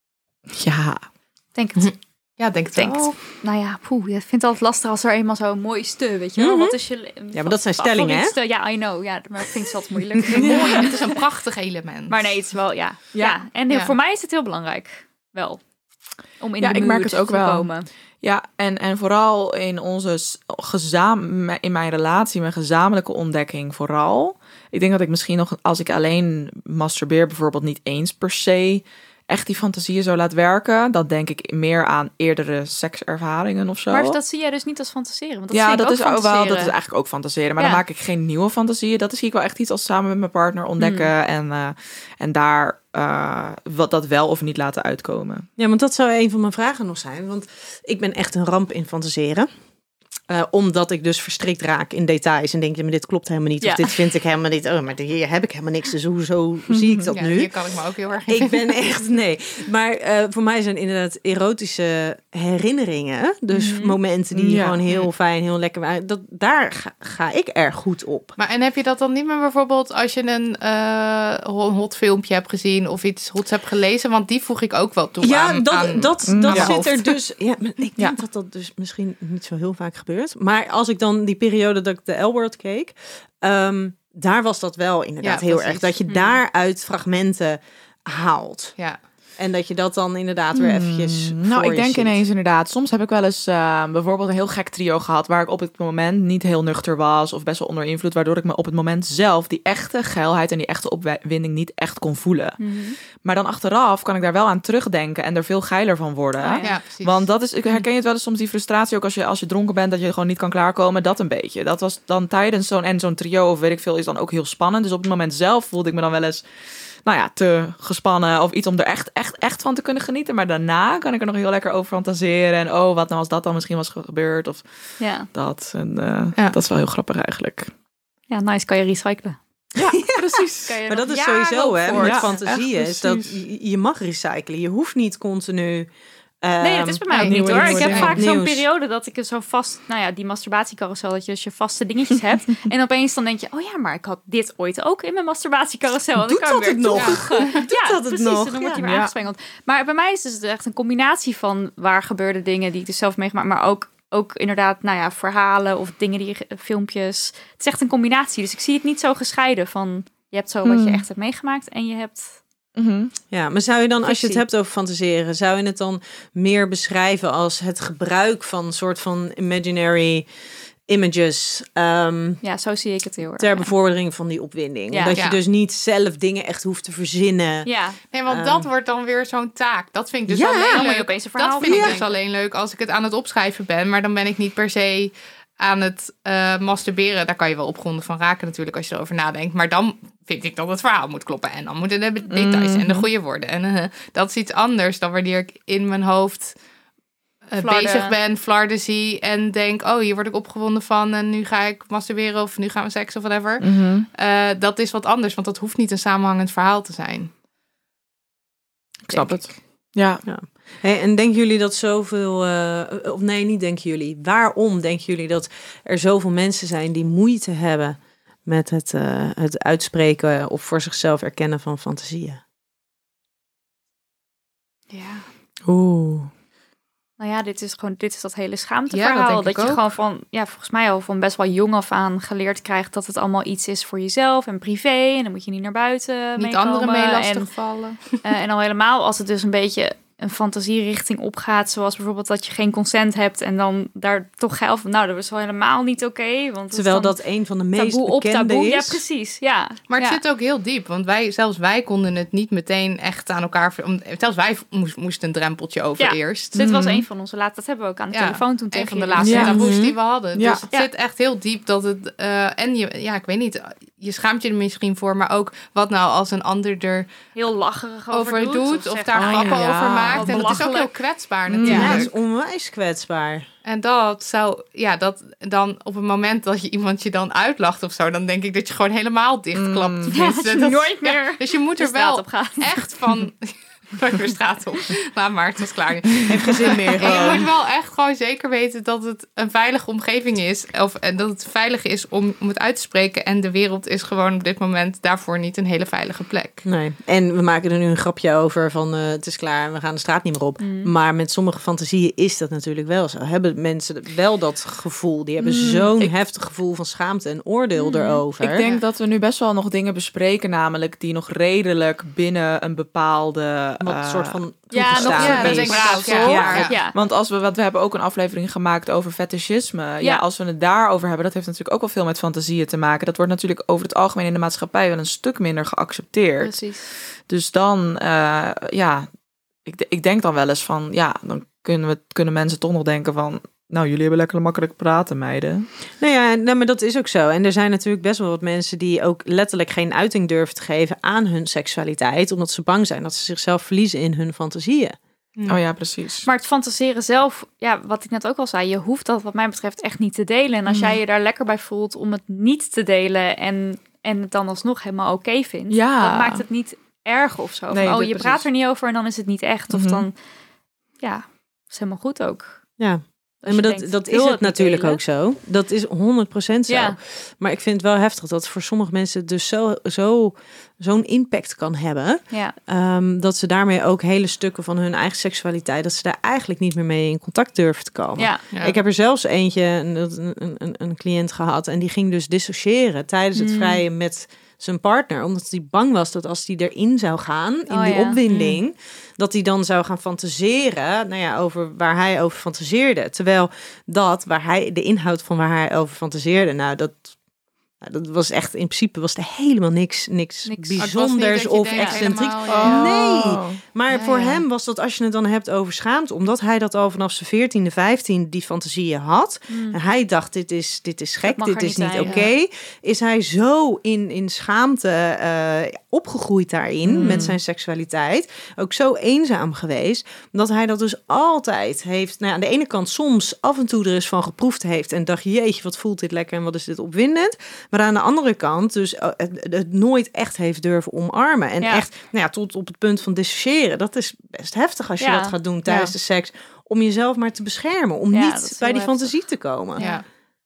Ja. Denk het. Ja, denk het Denk wel. het. Nou ja, poeh, je vindt het altijd lastig als er eenmaal zo'n mooiste, weet je wel. Mhm. Wat is je Ja, maar dat zijn stellingen, hè? favorietste- Ja, I know. Ja, maar ik vind het altijd moeilijk. Mooi, het is een prachtig element. Maar nee, het is wel, ja. Ja. Ja. En heel- Ja. voor mij is het heel belangrijk. Wel. Om in Ja, de ik merk mood het ook te wel. komen. Ja, en, en vooral in onze s- gezam, in mijn relatie, mijn gezamenlijke ontdekking vooral. Ik denk dat ik misschien nog, als ik alleen masturbeer bijvoorbeeld, niet eens per se echt die fantasieën zo laat werken. Dan denk ik meer aan eerdere sekservaringen of zo. Maar dat zie jij dus niet als fantaseren. Want dat ja, vind ik dat ook is ook wel, dat fantaseren. is eigenlijk ook fantaseren. Maar Ja. dan maak ik geen nieuwe fantasieën. Dat zie ik wel echt iets als samen met mijn partner ontdekken. Hmm. En, uh, en daar uh, wat dat wel of niet laten uitkomen. Ja, want dat zou een van mijn vragen nog zijn. Want ik ben echt een ramp in fantaseren. Uh, omdat ik dus verstrikt raak in details. En denk je, maar dit klopt helemaal niet. Ja. Of dit vind ik helemaal niet. Oh, maar hier heb ik helemaal niks. Dus hoezo zie ik dat ja, nu? Hier kan ik me ook heel erg in Ik vinden. ben echt, nee. Maar uh, voor mij zijn inderdaad erotische herinneringen. Dus Mhm. momenten die Ja. gewoon heel fijn, heel lekker waren. Dat, daar ga, ga ik erg goed op. Maar en heb je dat dan niet meer bijvoorbeeld als je een uh, hot filmpje hebt gezien of iets hots hebt gelezen? Want die voeg ik ook wel toe Ja, aan, dat, aan dat, Mm, dat ja. zit er dus. Ja, maar ik denk Ja. dat dat dus misschien niet zo heel vaak gebeurt. Maar als ik dan die periode dat ik de L-Word keek, um, daar was dat wel inderdaad Ja, heel precies. erg. Dat je Mm. daaruit fragmenten haalt. Ja. En dat je dat dan inderdaad weer eventjes Hmm, Nou, voor ik je denk ziet. ineens inderdaad. Soms heb ik wel eens uh, bijvoorbeeld een heel gek trio gehad waar ik op het moment niet heel nuchter was of best wel onder invloed, waardoor ik me op het moment zelf die echte geilheid en die echte opwinding niet echt kon voelen. Mm-hmm. Maar dan achteraf kan ik daar wel aan terugdenken en er veel geiler van worden. Oh, Ja, precies. Want dat is, ik herken je het wel eens soms die frustratie ook als je als je dronken bent dat je gewoon niet kan klaarkomen, dat een beetje. Dat was dan tijdens zo'n en zo'n trio of weet ik veel is dan ook heel spannend. Dus op het moment zelf voelde ik me dan wel eens, nou ja, te gespannen of iets om er echt, echt, echt van te kunnen genieten. Maar daarna kan ik er nog heel lekker over fantaseren. En oh, wat nou als dat dan misschien was gebeurd of Ja. dat. En uh, Ja. dat is wel heel grappig eigenlijk. Ja, nice. Kan je recyclen. Ja, precies. Kan je Maar nog dat is jaren sowieso op hè, voor. met Ja, fantasieën. echt Is dat precies. je, je mag recyclen. Je hoeft niet continu. Nee, dat is bij mij ook um, niet nieuwe- hoor. nieuwe Ik heb dingen. vaak zo'n Nieuws. periode dat ik zo vast, nou ja, die masturbatiecarousel, dat je als je vaste dingetjes hebt. En opeens dan denk je, oh ja, maar ik had dit ooit ook in mijn masturbatiecarousel. En Doet dan kan dat ik het weer nog? terug, uh, ja, dat het precies. nog? En dan wordt hij Ja. weer Ja. aangesprengeld. Maar bij mij is het dus echt een combinatie van waar gebeurde dingen die ik dus zelf meegemaakt, maar ook ook inderdaad, nou ja, verhalen of dingen die je, filmpjes. Het is echt een combinatie. Dus ik zie het niet zo gescheiden van, je hebt zo wat Hmm. je echt hebt meegemaakt en je hebt... Mm-hmm. Ja, maar zou je dan, als je het Fictie. hebt over fantaseren, zou je het dan meer beschrijven als het gebruik van een soort van imaginary images um, Ja, zo zie ik het heel erg. ter ja. bevordering van die opwinding? Ja. Dat je Ja. dus niet zelf dingen echt hoeft te verzinnen. Ja, Nee, want Ehm. dat wordt dan weer zo'n taak. Dat vind ik dus Ja, alleen dan moet leuk. je opeens een verhaal Dat vind ik bedenken. dus alleen leuk als ik het aan het opschrijven ben. Maar dan ben ik niet per se aan het eh, masturberen. Daar kan je wel opgronden van raken natuurlijk als je erover nadenkt. Maar dan vind ik dat het verhaal moet kloppen. En dan moeten de details en de goede woorden. En eh, dat is iets anders dan wanneer ik in mijn hoofd eh, Flarden. bezig ben, flarden zie en denk, oh, hier word ik opgewonden van en nu ga ik masturberen of nu gaan we seks of whatever. Mm-hmm. Eh, dat is wat anders, want dat hoeft niet een samenhangend verhaal te zijn. Ik snap Denk het. Ja. Hey, en denken jullie dat zoveel, uh, of nee, niet denken jullie. Waarom denken jullie dat er zoveel mensen zijn die moeite hebben met het, uh, het uitspreken of voor zichzelf erkennen van fantasieën? ja. Oeh. Nou ja, dit is gewoon, dit is dat hele Ja, dat schaamteverhaal. denk dat ik je ook. gewoon van, ja, volgens mij al van best wel jong af aan geleerd krijgt dat het allemaal iets is voor jezelf en privé. En dan moet je niet naar buiten Niet meekomen. anderen mee En, lastigvallen. uh, en al helemaal als het dus een beetje een fantasierechting opgaat, zoals bijvoorbeeld dat je geen consent hebt en dan daar toch geil van, nou, dat is wel helemaal niet oké. Okay, want Terwijl dan dat een van de meest taboe op bekende taboe. is. Ja, precies. Ja. Maar het ja. zit ook heel diep, want wij, zelfs wij konden het niet meteen echt aan elkaar... ver- om- Zelfs wij moest, moesten een drempeltje over Ja. eerst. Dit was Mhm. een van onze laatste, dat hebben we ook aan de Ja, telefoon toen Een tegen van de jullie laatste gezegd. Ja. taboes Mhm. die we hadden. Ja. Dus het Ja. zit echt heel diep dat het... eh, en je, ja, ik weet niet, je schaamt je er misschien voor, maar ook wat nou als een ander er Heel lacherig over, over doet of, zegt, daar oh, grappen ja. over maakt. Wat En dat is ook heel belachelijk. kwetsbaar Mm. natuurlijk. Ja, dat is onwijs kwetsbaar. En dat zou, ja, dat dan op het moment dat je iemand je dan uitlacht of zo, dan denk ik dat je gewoon helemaal dichtklapt. Mm. Tenminste, Ja, dat je dat- nooit ja, meer dus je moet de er straat wel op gaat. echt van... Nooit meer straat op. Laat maar, het was klaar nu. Heeft geen zin meer En je gewoon. moet wel echt gewoon zeker weten dat het een veilige omgeving is. Of en dat het veilig is om, om het uit te spreken. En de wereld is gewoon op dit moment daarvoor niet een hele veilige plek. Nee. En we maken er nu een grapje over van uh, het is klaar en we gaan de straat niet meer op. Mm. Maar met sommige fantasieën is dat natuurlijk wel zo. Hebben mensen wel dat gevoel? Die hebben Mm, zo'n ik- heftig gevoel van schaamte en oordeel Mm, erover. Ik denk dat we nu best wel nog dingen bespreken, namelijk die nog redelijk binnen een bepaalde... wat uh, soort van Ja, nog toegestaan ja, dat is. denk ik ook, ja. Ja. Ja. Ja. Want als we, want we hebben ook een aflevering gemaakt over fetischisme. Ja. Ja. Als we het daarover hebben, dat heeft natuurlijk ook wel veel met fantasieën te maken. Dat wordt natuurlijk over het algemeen in de maatschappij wel een stuk minder geaccepteerd. Precies. Dus dan, uh, ja, ik, ik denk dan wel eens van, ja, dan kunnen, we, kunnen mensen toch nog denken van, nou, jullie hebben lekker makkelijk praten, meiden. Nou ja, nou, maar dat is ook zo. En er zijn natuurlijk best wel wat mensen die ook letterlijk geen uiting durven te geven aan hun seksualiteit, omdat ze bang zijn dat ze zichzelf verliezen in hun fantasieën. Oh ja, precies. Maar het fantaseren zelf, ja, wat ik net ook al zei, je hoeft dat wat mij betreft echt niet te delen. En als Mm. jij je daar lekker bij voelt om het niet te delen en, en het dan alsnog helemaal oké vindt, Ja. dan maakt het niet erg of zo. Nee, Van, oh, dat je precies. praat er niet over en dan is het niet echt. Of Mhm. dan, ja, is helemaal goed ook. Ja. Als maar je dat, denkt, dat ik is wil het niet natuurlijk delen. ook zo. Dat is honderd procent zo. Ja. Maar ik vind het wel heftig dat voor sommige mensen het dus zo, zo, zo'n impact kan hebben. Ja, Um, dat ze daarmee ook hele stukken van hun eigen seksualiteit, dat ze daar eigenlijk niet meer mee in contact durven te komen. ja. Ja. Ik heb er zelfs eentje, een, een, een, een cliënt gehad en die ging dus dissociëren tijdens het Mm. vrijen met zijn partner, omdat hij bang was dat als hij erin zou gaan, in Oh die ja. opwinding, dat hij dan zou gaan fantaseren, nou ja, over waar hij over fantaseerde. Terwijl dat, waar hij, de inhoud van waar hij over fantaseerde, nou, dat, nou, dat was echt, in principe was er helemaal niks, niks, Niks. bijzonders of excentriek. Nee. Maar Ja, voor ja. hem was dat, als je het dan hebt over schaamte, omdat hij dat al vanaf zijn veertiende, vijftiende die fantasieën had. Mm. En hij dacht, dit is, dit is gek, mag dit er is niet niet zijn, oké. Is hij zo in, in schaamte eh, opgegroeid daarin, Mm. met zijn seksualiteit. Ook zo eenzaam geweest, dat hij dat dus altijd heeft, nou ja, aan de ene kant soms af en toe er eens van geproefd heeft en dacht, jeetje, wat voelt dit lekker en wat is dit opwindend. Maar aan de andere kant dus uh, het, het nooit echt heeft durven omarmen. En Ja. echt, nou ja, tot op het punt van dissociëren. Dat is best heftig als je Ja. dat gaat doen tijdens Ja. de seks. Om jezelf maar te beschermen. Om Ja, dat niet is bij heel die heftig. fantasie te komen. Ja.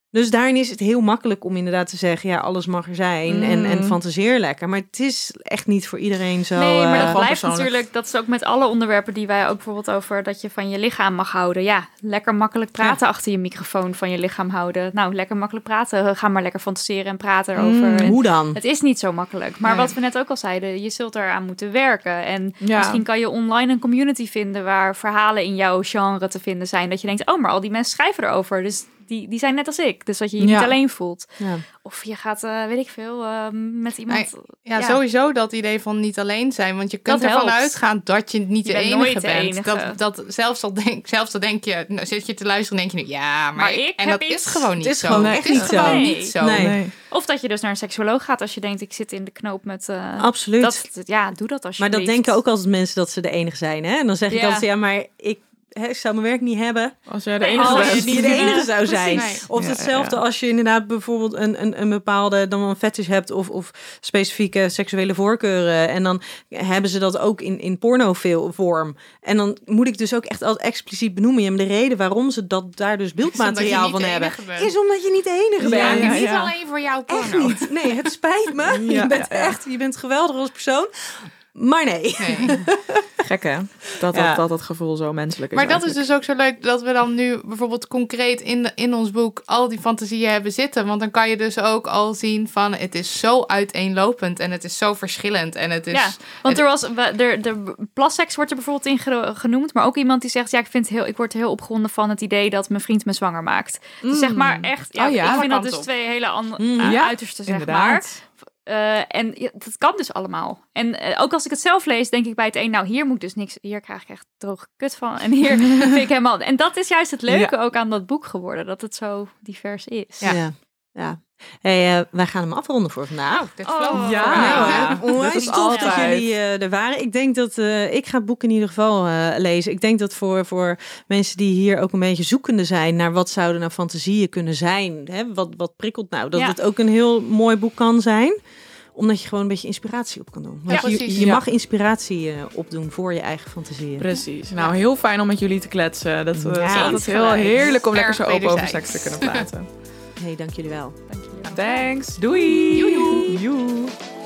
Dus daarin is het heel makkelijk om inderdaad te zeggen... ja, alles mag er zijn Mm. en, en fantaseer lekker. Maar het is echt niet voor iedereen zo... Nee, maar uh, dat blijft persoonlijk. natuurlijk... Dat is ook met alle onderwerpen die wij ook bijvoorbeeld over... dat je van je lichaam mag houden. Ja, lekker makkelijk praten achter je microfoon van je lichaam houden. Nou, lekker makkelijk praten. Ga maar lekker fantaseren en praten erover. Mm, En hoe dan? het is niet zo makkelijk. Maar Nee. wat we net ook al zeiden... je zult eraan moeten werken. En Ja. misschien kan je online een community vinden... waar verhalen in jouw genre te vinden zijn. Dat je denkt, oh, maar al die mensen schrijven erover. Dus die, die zijn net als ik. Dus dat je je Ja. niet alleen voelt. Ja. Of je gaat, uh, weet ik veel, uh, met iemand... Ja, Ja. sowieso dat idee van niet alleen zijn. Want je kunt Dat ervan helpt. uitgaan dat je niet Je de bent enige nooit de bent. enige. Dat, dat zelfs, al denk, zelfs al denk je, nou, zit je te luisteren en denk je nu, ja, maar, Maar ik, ik en heb dat iets. is gewoon niet Het is zo. gewoon het echt is niet zo. gewoon Nee. niet zo. Nee. Nee. Of dat je dus naar een seksuoloog gaat als je denkt, ik zit in de knoop met... Uh, Absoluut. dat, ja, doe dat alsjeblieft. Maar dat denken ook altijd mensen dat ze de enige zijn. Hè? En dan zeg ik Ja. altijd, ja, maar ik, hè, ik zou mijn werk niet hebben... Als jij de Nee, enige als als bent. je niet de enige zou Precies. zijn. Nee. Of Ja, hetzelfde ja, ja. als je inderdaad bijvoorbeeld een, een, een bepaalde dan wel een fetish hebt of, of specifieke seksuele voorkeuren. En dan hebben ze dat ook in, in pornovorm. En dan moet ik dus ook echt als expliciet benoemen. Ja, maar de reden waarom ze dat daar dus beeldmateriaal Is omdat van je niet hebben, de enige bent. is omdat je niet de enige Ja, bent. ja, niet ja. alleen voor jouw Echt porno. niet. Nee, het spijt me. Ja, je bent ja, ja. echt, je bent geweldig als persoon. Maar nee. Nee. Gek hè? Dat dat, Ja. dat dat gevoel zo menselijk is. Maar dat is eigenlijk. dus ook zo leuk dat we dan nu bijvoorbeeld concreet in, de, in ons boek al die fantasieën hebben zitten. Want dan kan je dus ook al zien van het is zo uiteenlopend en het is zo verschillend. En het is, Ja, want er was, we- er, de plasseks wordt er bijvoorbeeld in ge- genoemd, maar ook iemand die zegt, ja, ik vind het heel, ik word heel opgewonden van het idee dat mijn vriend me zwanger maakt. Dus zeg maar echt, ja, Oh ja. ik vind dat Kant dus op. twee hele andere Mm, uh, ja, uitersten, zeg maar. Inderdaad. Uh, en ja, dat kan dus allemaal. En uh, ook als ik het zelf lees, denk ik bij het een, nou, hier moet ik dus niks, hier krijg ik echt droge kut van. En hier vind ik helemaal. En dat is juist het leuke ook aan dat boek geworden, dat het zo divers is. Ja. Ja. ja. Hey, uh, wij gaan hem afronden voor vandaag. Nou, dit Oh. vloog. Ja. Nou, Ja. hè, onwijs Dat is tof dat altijd. jullie uh, er waren. Ik denk dat uh, ik ga het boek in ieder geval uh, lezen. Ik denk dat voor, voor mensen die hier ook een beetje zoekende zijn naar wat zouden nou fantasieën kunnen zijn, hè, wat, wat prikkelt nou, dat Ja. het ook een heel mooi boek kan zijn, omdat je gewoon een beetje inspiratie op kan doen. Want Ja, je, precies. je Ja. mag inspiratie uh, opdoen voor je eigen fantasieën. Precies. Nou, heel fijn om met jullie te kletsen. Dat uh, Ja, is altijd eens heel gelijk. heerlijk om lekker Erg zo open over wederzijds. seks te kunnen praten. Hey, dank jullie wel. Dank jullie wel. Thanks. Doei. Joejoe. Joe.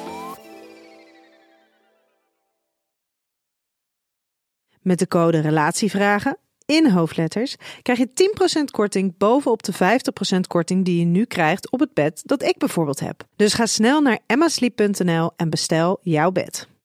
Met de code RELATIEVRAGEN in hoofdletters krijg je tien procent korting bovenop de vijftig procent korting die je nu krijgt op het bed dat ik bijvoorbeeld heb. Dus ga snel naar emma sleep punt n l en bestel jouw bed.